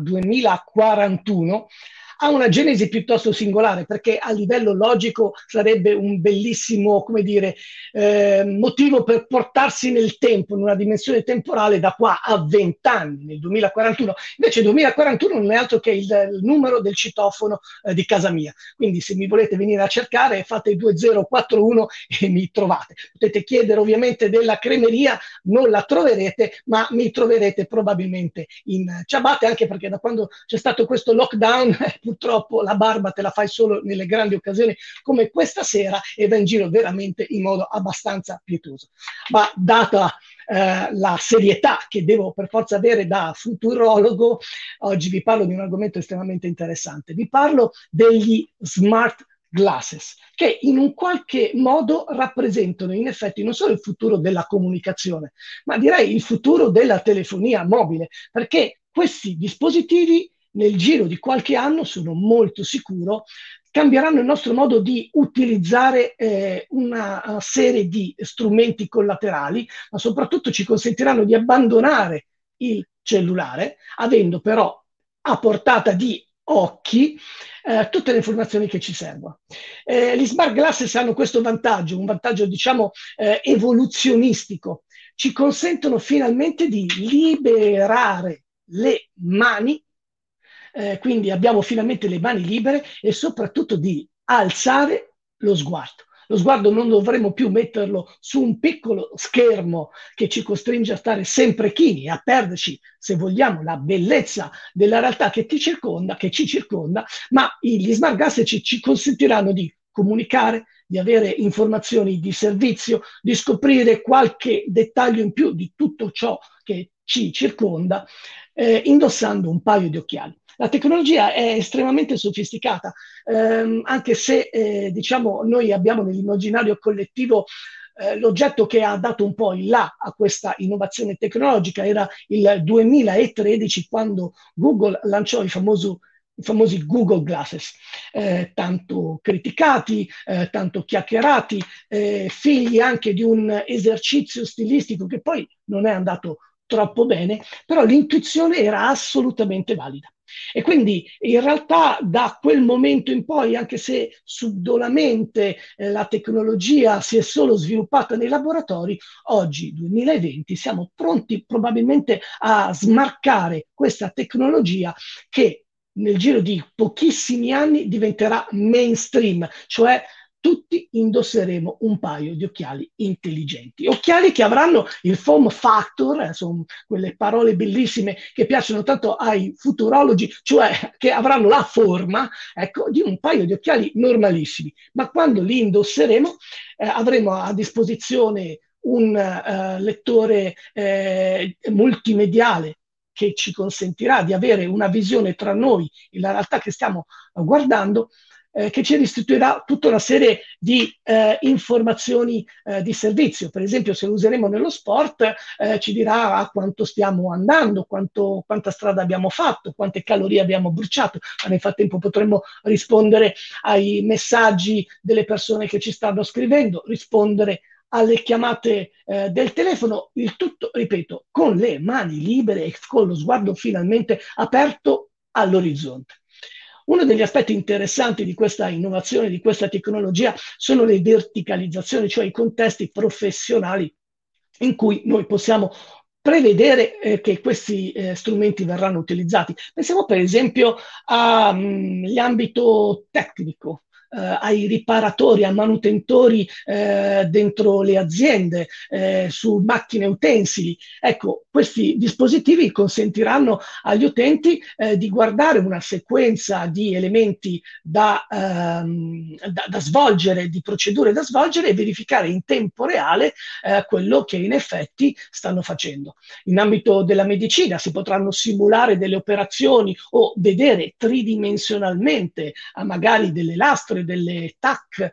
2041, ha una genesi piuttosto singolare perché a livello logico sarebbe un bellissimo, come dire, motivo per portarsi nel tempo, in una dimensione temporale da qua a 20 anni, nel 2041. Invece 2041 non è altro che il numero del citofono di casa mia. Quindi se mi volete venire a cercare fate 2041 e mi trovate. Potete chiedere ovviamente della cremeria, non la troverete, ma mi troverete probabilmente in ciabatte, anche perché da quando c'è stato questo lockdown purtroppo la barba te la fai solo nelle grandi occasioni come questa sera e va in giro veramente in modo abbastanza pietoso. Ma data la serietà che devo per forza avere da futurologo, oggi vi parlo di un argomento estremamente interessante. Vi parlo degli smart glasses, che in un qualche modo rappresentano in effetti non solo il futuro della comunicazione, ma direi il futuro della telefonia mobile, perché questi dispositivi nel giro di qualche anno, sono molto sicuro, cambieranno il nostro modo di utilizzare una serie di strumenti collaterali, ma soprattutto ci consentiranno di abbandonare il cellulare, avendo però a portata di occhi tutte le informazioni che ci servono. Gli smart glasses hanno questo vantaggio, un vantaggio diciamo evoluzionistico, ci consentono finalmente di liberare le mani, quindi abbiamo finalmente le mani libere e soprattutto di alzare lo sguardo. Lo sguardo non dovremo più metterlo su un piccolo schermo che ci costringe a stare sempre chini e a perderci, se vogliamo, la bellezza della realtà che ci circonda, ma gli smart glasses ci consentiranno di comunicare, di avere informazioni di servizio, di scoprire qualche dettaglio in più di tutto ciò che ci circonda, indossando un paio di occhiali. La tecnologia è estremamente sofisticata, anche se diciamo noi abbiamo nell'immaginario collettivo l'oggetto che ha dato un po' il là a questa innovazione tecnologica era il 2013 quando Google lanciò i famosi Google Glasses, tanto criticati, tanto chiacchierati, figli anche di un esercizio stilistico che poi non è andato troppo bene, però l'intuizione era assolutamente valida. E quindi in realtà da quel momento in poi, anche se subdolamente la tecnologia si è solo sviluppata nei laboratori, oggi 2020 siamo pronti probabilmente a smarcare questa tecnologia che nel giro di pochissimi anni diventerà mainstream, cioè tutti indosseremo un paio di occhiali intelligenti. Occhiali che avranno il form factor, sono quelle parole bellissime che piacciono tanto ai futurologi, cioè che avranno la forma, ecco, di un paio di occhiali normalissimi. Ma quando li indosseremo avremo a disposizione un lettore multimediale che ci consentirà di avere una visione tra noi e la realtà che stiamo guardando, che ci restituirà tutta una serie di informazioni di servizio. Per esempio, se lo useremo nello sport, ci dirà a quanto stiamo andando, quanta strada abbiamo fatto, quante calorie abbiamo bruciato, ma nel frattempo potremo rispondere ai messaggi delle persone che ci stanno scrivendo, rispondere alle chiamate del telefono, il tutto, ripeto, con le mani libere e con lo sguardo finalmente aperto all'orizzonte. Uno degli aspetti interessanti di questa innovazione, di questa tecnologia, sono le verticalizzazioni, cioè i contesti professionali in cui noi possiamo prevedere che questi strumenti verranno utilizzati. Pensiamo per esempio all'ambito tecnico, ai riparatori, a manutentori dentro le aziende, su macchine utensili. Ecco, questi dispositivi consentiranno agli utenti di guardare una sequenza di elementi da svolgere, di procedure da svolgere, e verificare in tempo reale quello che in effetti stanno facendo. In ambito della medicina si potranno simulare delle operazioni o vedere tridimensionalmente magari delle lastre, delle TAC,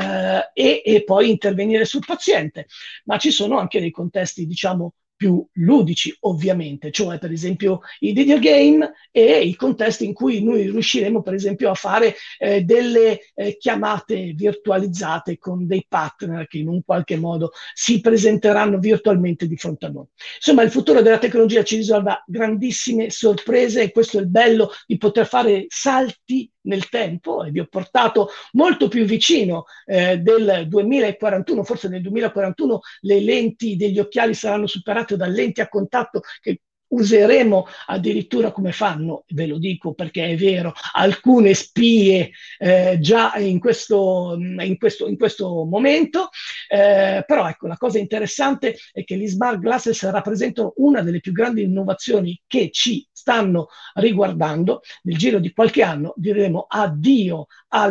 e poi intervenire sul paziente. Ma ci sono anche dei contesti, diciamo, più ludici, ovviamente, cioè per esempio i videogame e i contesti in cui noi riusciremo per esempio a fare delle chiamate virtualizzate con dei partner che in un qualche modo si presenteranno virtualmente di fronte a noi. Insomma, il futuro della tecnologia ci riserva grandissime sorprese, e questo è il bello di poter fare salti nel tempo, e vi ho portato molto più vicino del 2041. Forse nel 2041 le lenti degli occhiali saranno superate da lenti a contatto che useremo addirittura, come fanno, ve lo dico perché è vero, alcune spie già in questo momento, però ecco, la cosa interessante è che gli smart glasses rappresentano una delle più grandi innovazioni che ci stanno riguardando. Nel giro di qualche anno diremo addio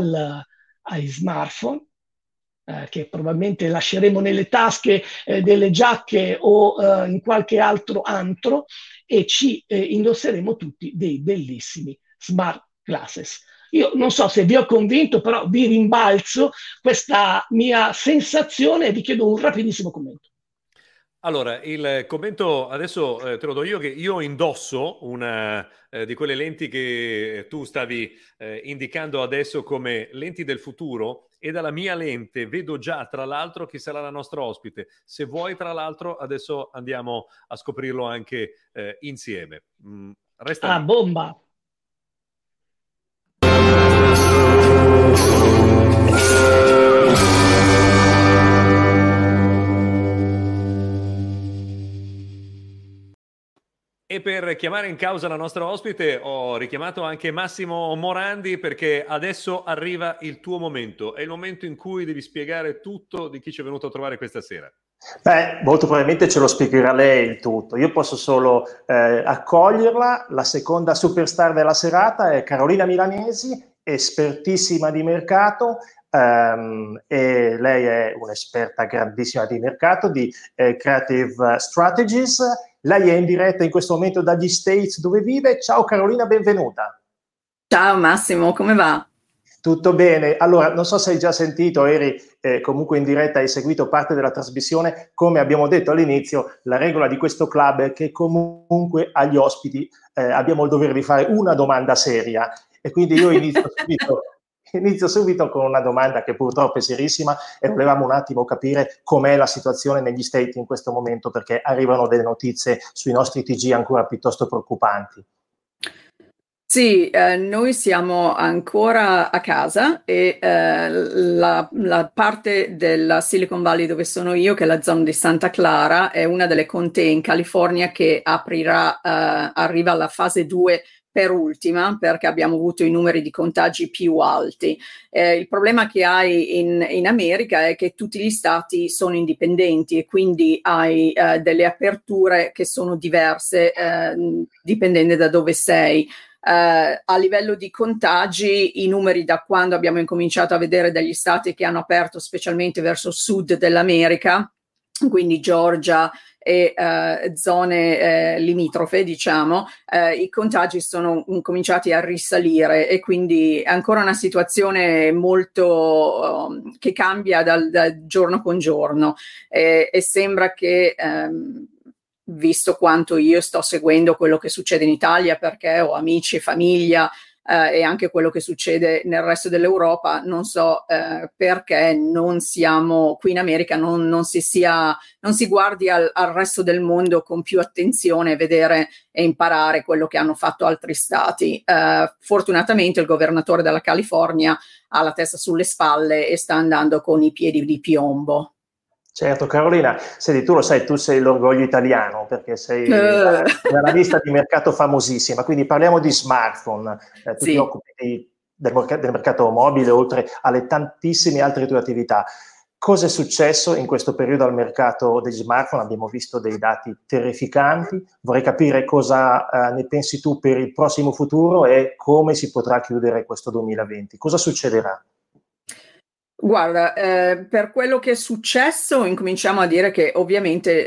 ai smartphone, che probabilmente lasceremo nelle tasche delle giacche o in qualche altro antro, e ci indosseremo tutti dei bellissimi smart glasses. Io non so se vi ho convinto, però vi rimbalzo questa mia sensazione e vi chiedo un rapidissimo commento. Allora, il commento adesso te lo do io, che io indosso una di quelle lenti che tu stavi indicando adesso come lenti del futuro, e dalla mia lente vedo già, tra l'altro, chi sarà la nostra ospite. Se vuoi, tra l'altro, adesso andiamo a scoprirlo anche insieme. Resta lì. Bomba! E per chiamare in causa la nostra ospite ho richiamato anche Massimo Morandi, perché adesso arriva il tuo momento. È il momento in cui devi spiegare tutto di chi ci è venuto a trovare questa sera. Beh, molto probabilmente ce lo spiegherà lei il tutto. Io posso solo accoglierla. La seconda superstar della serata è Carolina Milanesi, espertissima di mercato, e lei è un'esperta grandissima di mercato, di Creative Strategies. Lei è in diretta in questo momento dagli States, dove vive. Ciao Carolina, benvenuta. Ciao Massimo, come va? Tutto bene. Allora, non so se hai già sentito, eri comunque in diretta, hai seguito parte della trasmissione. Come abbiamo detto all'inizio, la regola di questo club è che comunque agli ospiti abbiamo il dovere di fare una domanda seria, e quindi io inizio subito con una domanda che purtroppo è serissima, e volevamo un attimo capire com'è la situazione negli Stati in questo momento, perché arrivano delle notizie sui nostri TG ancora piuttosto preoccupanti. Sì, noi siamo ancora a casa, e la parte della Silicon Valley dove sono io, che è la zona di Santa Clara, è una delle contee in California che arriva alla fase 2 per ultima, perché abbiamo avuto i numeri di contagi più alti. Il problema che hai in America è che tutti gli stati sono indipendenti, e quindi hai delle aperture che sono diverse dipendendo da dove sei. A livello di contagi, i numeri da quando abbiamo incominciato a vedere degli stati che hanno aperto specialmente verso il sud dell'America, quindi Georgia e zone limitrofe, diciamo, i contagi sono cominciati a risalire, e quindi è ancora una situazione molto che cambia dal giorno con giorno, e sembra che visto quanto io sto seguendo quello che succede in Italia, perché ho amici e famiglia, e anche quello che succede nel resto dell'Europa, non so perché non siamo qui in America, non si guardi al resto del mondo con più attenzione, vedere e imparare quello che hanno fatto altri stati. Fortunatamente il governatore della California ha la testa sulle spalle e sta andando con i piedi di piombo. Certo, Carolina, senti, tu lo sai, tu sei l'orgoglio italiano, perché sei una lista di mercato famosissima, quindi parliamo di smartphone. Tu ti occupi del mercato mobile, oltre alle tantissime altre tue attività. Cosa è successo in questo periodo al mercato degli smartphone? Abbiamo visto dei dati terrificanti. Vorrei capire cosa ne pensi tu per il prossimo futuro e come si potrà chiudere questo 2020. Cosa succederà? Guarda, per quello che è successo, incominciamo a dire che ovviamente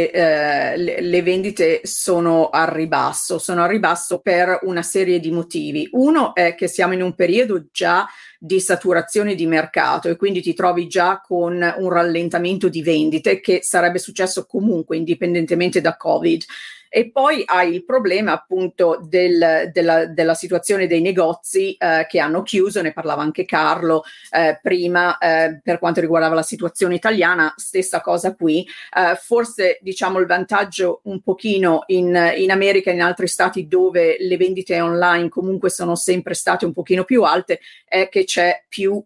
le vendite sono a ribasso per una serie di motivi. Uno è che siamo in un periodo già di saturazione di mercato e quindi ti trovi già con un rallentamento di vendite che sarebbe successo comunque indipendentemente da Covid. E poi hai il problema appunto della situazione dei negozi che hanno chiuso, ne parlava anche Carlo prima per quanto riguardava la situazione italiana, stessa cosa qui. Forse diciamo il vantaggio un pochino in America e in altri stati dove le vendite online comunque sono sempre state un pochino più alte è che c'è più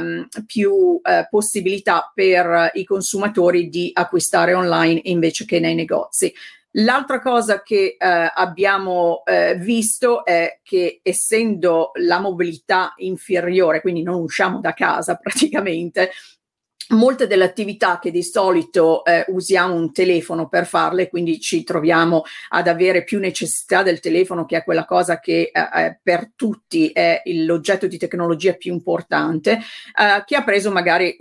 possibilità per i consumatori di acquistare online invece che nei negozi. L'altra cosa che abbiamo visto è che essendo la mobilità inferiore, quindi non usciamo da casa praticamente, molte delle attività che di solito usiamo un telefono per farle, quindi ci troviamo ad avere più necessità del telefono, che è quella cosa che per tutti è l'oggetto di tecnologia più importante, che ha preso magari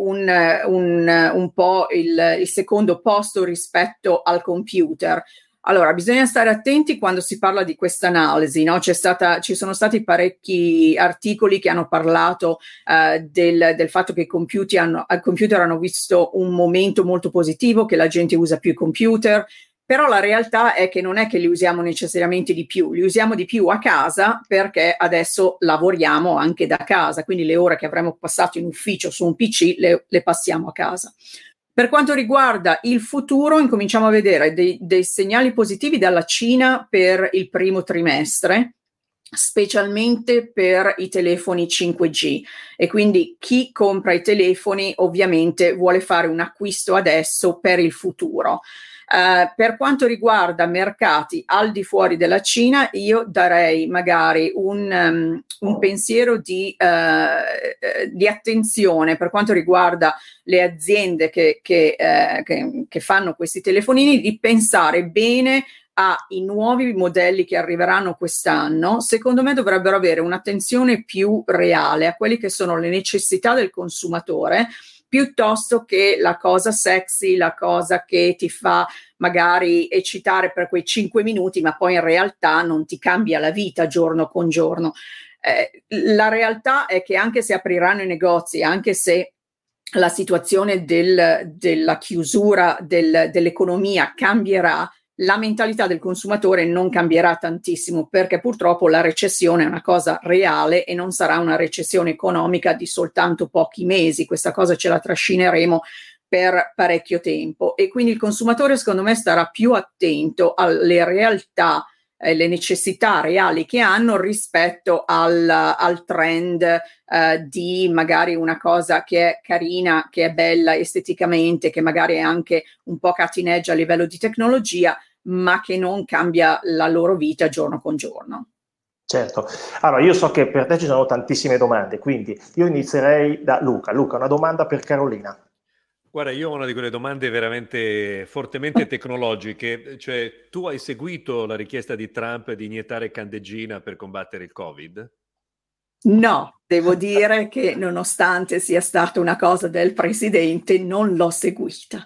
un po' il secondo posto rispetto al computer. Allora, bisogna stare attenti quando si parla di questa analisi, no? Ci sono stati parecchi articoli che hanno parlato del fatto che i computer hanno visto un momento molto positivo, che la gente usa più i computer, però la realtà è che non è che li usiamo necessariamente di più, li usiamo di più a casa perché adesso lavoriamo anche da casa, quindi le ore che avremmo passato in ufficio su un PC le passiamo a casa. Per quanto riguarda il futuro, incominciamo a vedere dei segnali positivi dalla Cina per il primo trimestre, specialmente per i telefoni 5G, e quindi chi compra i telefoni ovviamente vuole fare un acquisto adesso per il futuro. Per quanto riguarda mercati al di fuori della Cina, io darei magari un pensiero di attenzione per quanto riguarda le aziende che fanno questi telefonini, di pensare bene ai nuovi modelli che arriveranno quest'anno. Secondo me dovrebbero avere un'attenzione più reale a quelle che sono le necessità del consumatore, piuttosto che la cosa sexy, la cosa che ti fa magari eccitare per quei 5 minuti, ma poi in realtà non ti cambia la vita giorno con giorno. La realtà è che anche se apriranno i negozi, anche se la situazione della chiusura dell'economia cambierà, la mentalità del consumatore non cambierà tantissimo, perché purtroppo la recessione è una cosa reale e non sarà una recessione economica di soltanto pochi mesi. Questa cosa ce la trascineremo per parecchio tempo, e quindi il consumatore secondo me starà più attento alle realtà, le necessità reali che hanno rispetto al trend di magari una cosa che è carina, che è bella esteticamente, che magari è anche un po' catineggia a livello di tecnologia, ma che non cambia la loro vita giorno con giorno. Certo. Allora, io so che per te ci sono tantissime domande, quindi io inizierei da Luca. Luca, una domanda per Carolina. Guarda, io ho una di quelle domande veramente fortemente tecnologiche, cioè tu hai seguito la richiesta di Trump di iniettare candeggina per combattere il Covid? No, devo dire che nonostante sia stata una cosa del presidente, non l'ho seguita.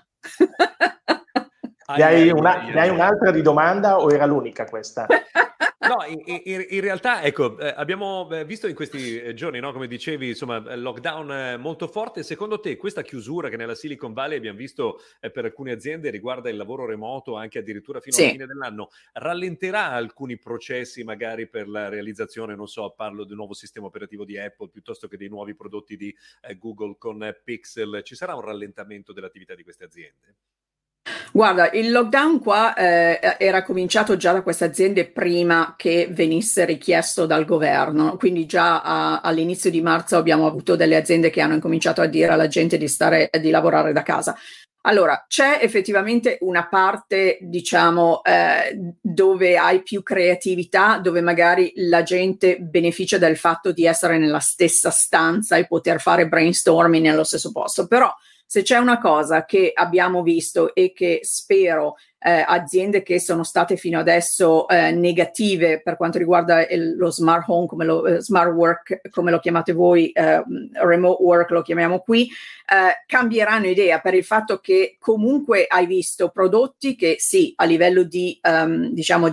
Ne hai un'altra di domanda o era l'unica questa? No, in realtà, ecco, abbiamo visto in questi giorni, no, come dicevi, insomma, lockdown molto forte. Secondo te questa chiusura che nella Silicon Valley abbiamo visto per alcune aziende riguarda il lavoro remoto anche addirittura fino alla fine dell'anno, rallenterà alcuni processi magari per la realizzazione, non so, parlo del nuovo sistema operativo di Apple piuttosto che dei nuovi prodotti di Google con Pixel? Ci sarà un rallentamento dell'attività di queste aziende? Guarda, il lockdown qua era cominciato già da queste aziende prima che venisse richiesto dal governo, quindi già all'inizio di marzo abbiamo avuto delle aziende che hanno incominciato a dire alla gente di lavorare da casa. Allora, c'è effettivamente una parte, diciamo, dove hai più creatività, dove magari la gente beneficia del fatto di essere nella stessa stanza e poter fare brainstorming nello stesso posto. Però se c'è una cosa che abbiamo visto e che spero aziende che sono state fino adesso negative per quanto riguarda lo smart home, smart work, come lo chiamate voi, remote work lo chiamiamo qui, cambieranno idea per il fatto che comunque hai visto prodotti che sì, a livello di diciamo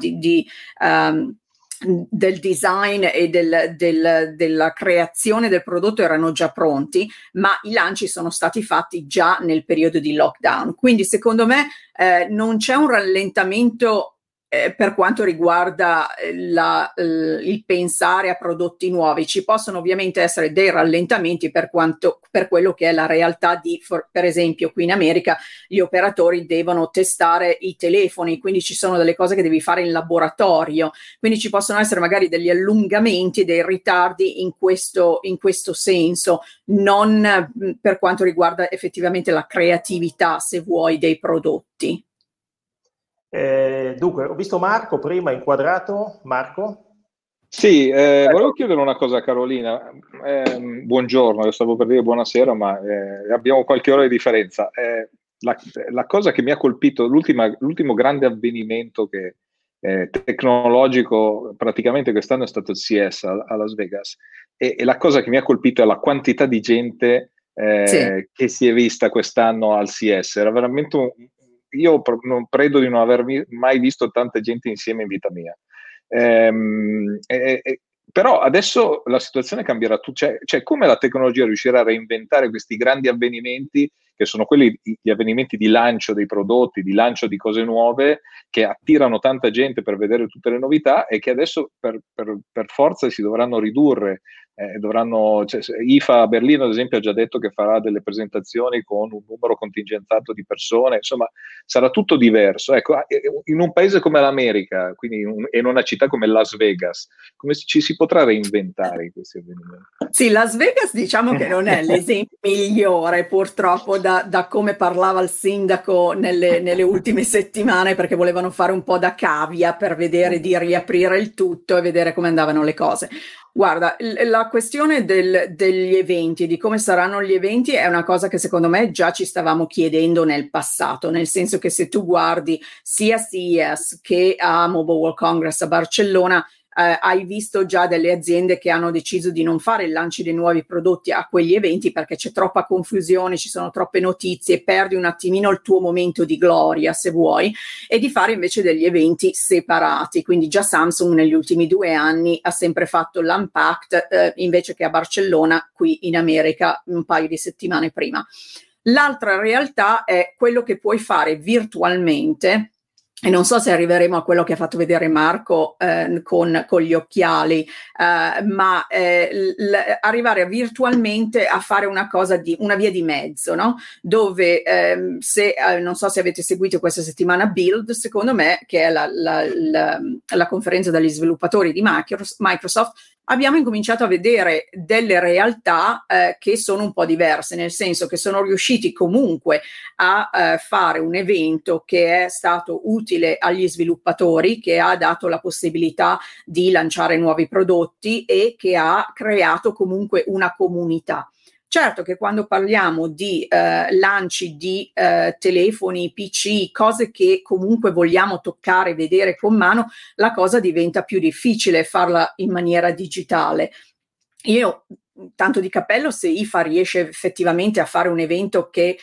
del design e della creazione del prodotto erano già pronti, ma i lanci sono stati fatti già nel periodo di lockdown. Quindi secondo me non c'è un rallentamento per quanto riguarda il pensare a prodotti nuovi. Ci possono ovviamente essere dei rallentamenti per quello che è la realtà per esempio qui in America gli operatori devono testare i telefoni, quindi ci sono delle cose che devi fare in laboratorio, quindi ci possono essere magari degli allungamenti, dei ritardi in questo senso, non per quanto riguarda effettivamente la creatività, se vuoi, dei prodotti. Dunque, ho visto Marco prima inquadrato. Marco? Sì, volevo chiedere una cosa a Carolina. Buongiorno, io stavo per dire buonasera, ma abbiamo qualche ora di differenza. La cosa che mi ha colpito, l'ultimo grande avvenimento tecnologico praticamente quest'anno è stato il CES a Las Vegas, e la cosa che mi ha colpito è la quantità di gente che si è vista quest'anno al CES. Era veramente io non credo di non aver mai visto tanta gente insieme in vita mia. Però adesso la situazione cambierà, cioè come la tecnologia riuscirà a reinventare questi grandi avvenimenti che sono gli avvenimenti di lancio dei prodotti, di lancio di cose nuove, che attirano tanta gente per vedere tutte le novità e che adesso per forza si dovranno ridurre. IFA a Berlino ad esempio ha già detto che farà delle presentazioni con un numero contingentato di persone, insomma sarà tutto diverso. Ecco, in un paese come l'America, quindi in una città come Las Vegas, come ci si potrà reinventare in questi avvenimenti? Sì, Las Vegas diciamo che non è l'esempio migliore purtroppo da come parlava il sindaco nelle ultime settimane, perché volevano fare un po' da cavia per vedere di riaprire il tutto e vedere come andavano le cose. Guarda, la questione degli eventi, di come saranno gli eventi, è una cosa che secondo me già ci stavamo chiedendo nel passato, nel senso che se tu guardi sia CES che a Mobile World Congress a Barcellona, hai visto già delle aziende che hanno deciso di non fare il lancio dei nuovi prodotti a quegli eventi perché c'è troppa confusione, ci sono troppe notizie, perdi un attimino il tuo momento di gloria, se vuoi, e di fare invece degli eventi separati. Quindi già Samsung negli ultimi 2 anni ha sempre fatto l'Unpacked invece che a Barcellona qui in America un paio di settimane prima. L'altra realtà è quello che puoi fare virtualmente. E non so se arriveremo a quello che ha fatto vedere Marco con gli occhiali, ma arrivare virtualmente a fare una via di mezzo, no? Dove non so se avete seguito questa settimana Build, secondo me, che è la conferenza degli sviluppatori di Microsoft, abbiamo incominciato a vedere delle realtà che sono un po' diverse, nel senso che sono riusciti comunque a fare un evento che è stato utile agli sviluppatori, che ha dato la possibilità di lanciare nuovi prodotti e che ha creato comunque una comunità. Certo che quando parliamo di lanci di telefoni, PC, cose che comunque vogliamo toccare, vedere con mano, la cosa diventa più difficile farla in maniera digitale. Io tanto di cappello se IFA riesce effettivamente a fare un evento che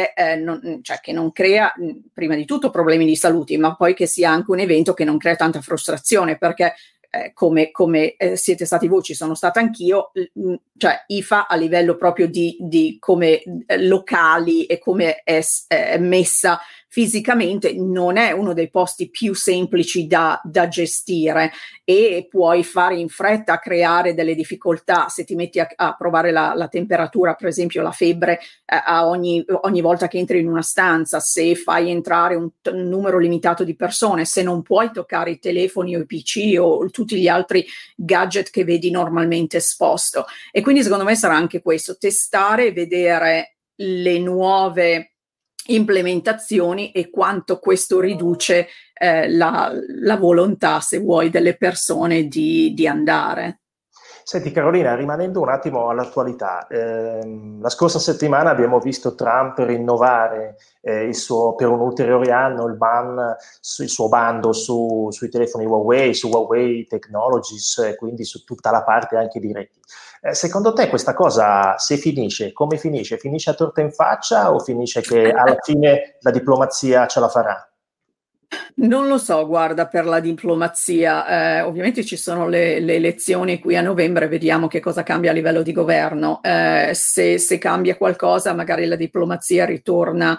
che non crea prima di tutto problemi di salute, ma poi che sia anche un evento che non crea tanta frustrazione, perché come siete stati voi, ci sono stata anch'io, cioè IFA a livello proprio di come locali e come è messa fisicamente non è uno dei posti più semplici da gestire, e puoi fare in fretta a creare delle difficoltà se ti metti a provare la temperatura, per esempio la febbre ogni volta che entri in una stanza, se fai entrare un numero limitato di persone, se non puoi toccare i telefoni o i PC o tutti gli altri gadget che vedi normalmente esposto. E quindi secondo me sarà anche questo, testare, vedere le nuove implementazioni e quanto questo riduce la volontà, se vuoi, delle persone di andare. Senti Carolina, rimanendo un attimo all'attualità, la scorsa settimana abbiamo visto Trump rinnovare per un ulteriore anno il suo bando sui telefoni Huawei, su Huawei Technologies, quindi su tutta la parte anche di reti. Secondo te questa cosa, se finisce, come finisce? Finisce a torta in faccia o finisce che alla fine la diplomazia ce la farà? Non lo so, guarda, per la diplomazia, ovviamente ci sono le elezioni qui a novembre, vediamo che cosa cambia a livello di governo. Se cambia qualcosa, magari la diplomazia ritorna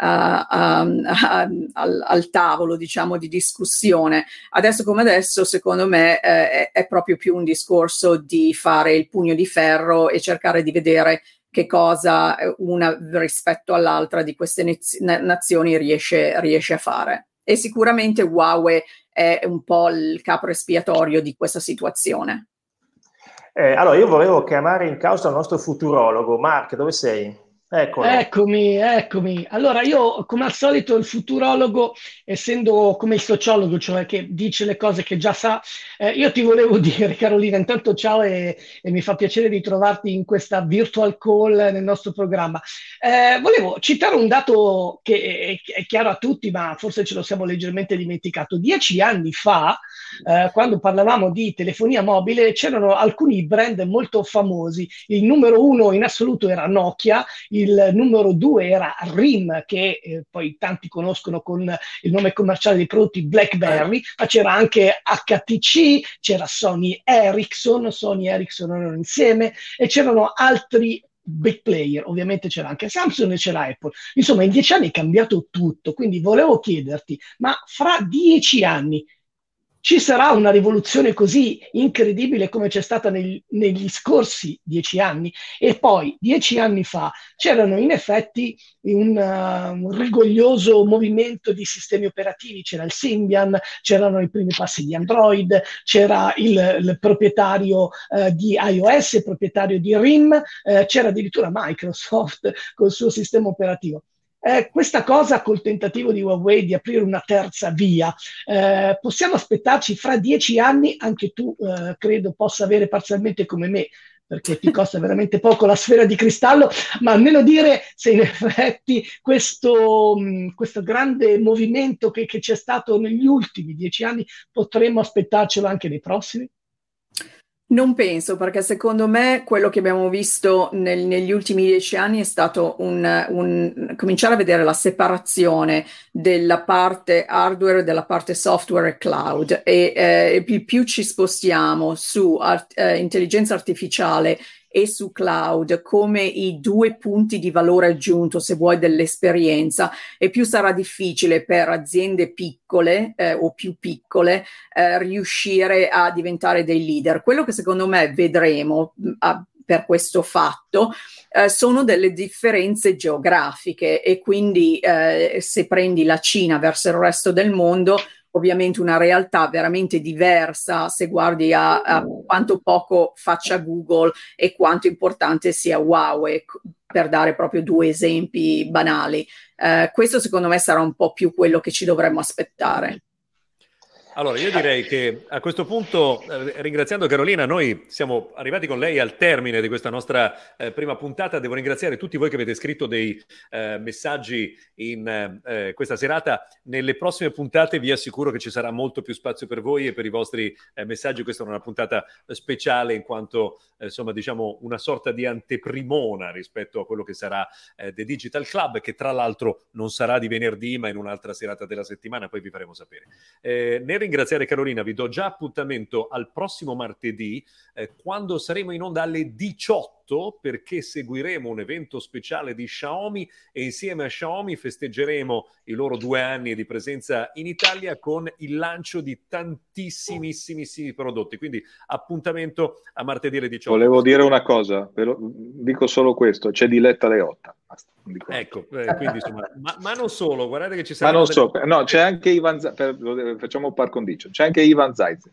al tavolo, diciamo, di discussione. Adesso come adesso, secondo me, è proprio più un discorso di fare il pugno di ferro e cercare di vedere che cosa una rispetto all'altra di queste nazioni riesce a fare. E sicuramente Huawei è un po' il capro espiatorio di questa situazione. Allora, io volevo chiamare in causa il nostro futurologo. Mark, dove sei? Eccolo. Eccomi. Allora, io, come al solito, il futurologo, essendo come il sociologo, cioè che dice le cose che già sa, io ti volevo dire, Carolina, intanto ciao e mi fa piacere di trovarti in questa virtual call nel nostro programma. Volevo citare un dato che è chiaro a tutti, ma forse ce lo siamo leggermente dimenticato. 10 anni fa, quando parlavamo di telefonia mobile, c'erano alcuni brand molto famosi. Il numero 1 in assoluto era Nokia, il numero 2 era RIM, che poi tanti conoscono con il nome commerciale dei prodotti BlackBerry, ma c'era anche HTC, c'era Sony Ericsson erano insieme, e c'erano altri big player, ovviamente c'era anche Samsung e c'era Apple. Insomma, in 10 anni è cambiato tutto, quindi volevo chiederti, ma fra 10 anni ci sarà una rivoluzione così incredibile come c'è stata negli scorsi 10 anni? E poi 10 anni fa c'erano in effetti un rigoglioso movimento di sistemi operativi, c'era il Symbian, c'erano i primi passi di Android, c'era il proprietario di iOS, il proprietario di RIM, c'era addirittura Microsoft col suo sistema operativo. Questa cosa col tentativo di Huawei di aprire una terza via, possiamo aspettarci fra 10 anni, anche tu credo possa avere parzialmente come me, perché ti costa veramente poco la sfera di cristallo, ma almeno dire se in effetti questo grande movimento che c'è stato negli ultimi 10 anni potremmo aspettarcelo anche nei prossimi? Non penso, perché secondo me quello che abbiamo visto negli ultimi 10 anni è stato un cominciare a vedere la separazione della parte hardware e della parte software e cloud, e più ci spostiamo su intelligenza artificiale e su cloud come i due punti di valore aggiunto, se vuoi, dell'esperienza, e più sarà difficile per aziende piccole o più piccole riuscire a diventare dei leader. Quello che secondo me vedremo per questo fatto sono delle differenze geografiche, e quindi se prendi la Cina verso il resto del mondo, ovviamente una realtà veramente diversa se guardi a quanto poco faccia Google e quanto importante sia Huawei, per dare proprio due esempi banali. Questo secondo me sarà un po' più quello che ci dovremmo aspettare. Allora, io direi che a questo punto, ringraziando Carolina, noi siamo arrivati con lei al termine di questa nostra prima puntata. Devo ringraziare tutti voi che avete scritto dei messaggi in questa serata. Nelle prossime puntate vi assicuro che ci sarà molto più spazio per voi e per i vostri messaggi. Questa è una puntata speciale in quanto, insomma, diciamo una sorta di anteprimona rispetto a quello che sarà The Digital Club, che tra l'altro non sarà di venerdì, ma in un'altra serata della settimana, poi vi faremo sapere. Nel ringraziare Carolina, vi do già appuntamento al prossimo martedì, quando saremo in onda alle 18, perché seguiremo un evento speciale di Xiaomi e insieme a Xiaomi festeggeremo i loro 2 anni di presenza in Italia con il lancio di tantissimissimi prodotti. Quindi appuntamento a martedì alle 18. Volevo dire una cosa, dico solo questo: c'è Diletta Leotta. Basta. Ecco, quindi insomma, ma non solo, guardate che ci sarà. No, c'è anche Ivan, facciamo par condicio, c'è anche Ivan Zaitsev.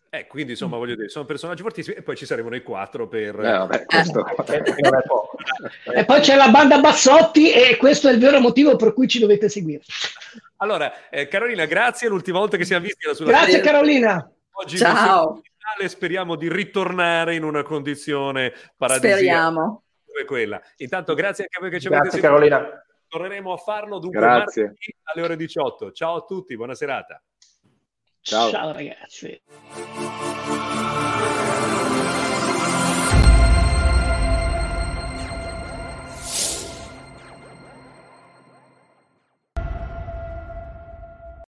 Quindi insomma voglio dire, sono personaggi fortissimi e poi ci saremo noi 4 per... questo... E poi c'è la banda Bassotti e questo è il vero motivo per cui ci dovete seguire. Allora, Carolina, grazie, l'ultima volta che siamo visti era sulla... Grazie Carolina. Oggi ciao. Speriamo di ritornare in una condizione paradisiaca. Speriamo. Come quella. Intanto grazie anche a voi che ci avete seguito. Grazie Carolina. Torneremo a farlo dunque martedì alle ore 18. Ciao a tutti, buona serata. Ciao ragazzi.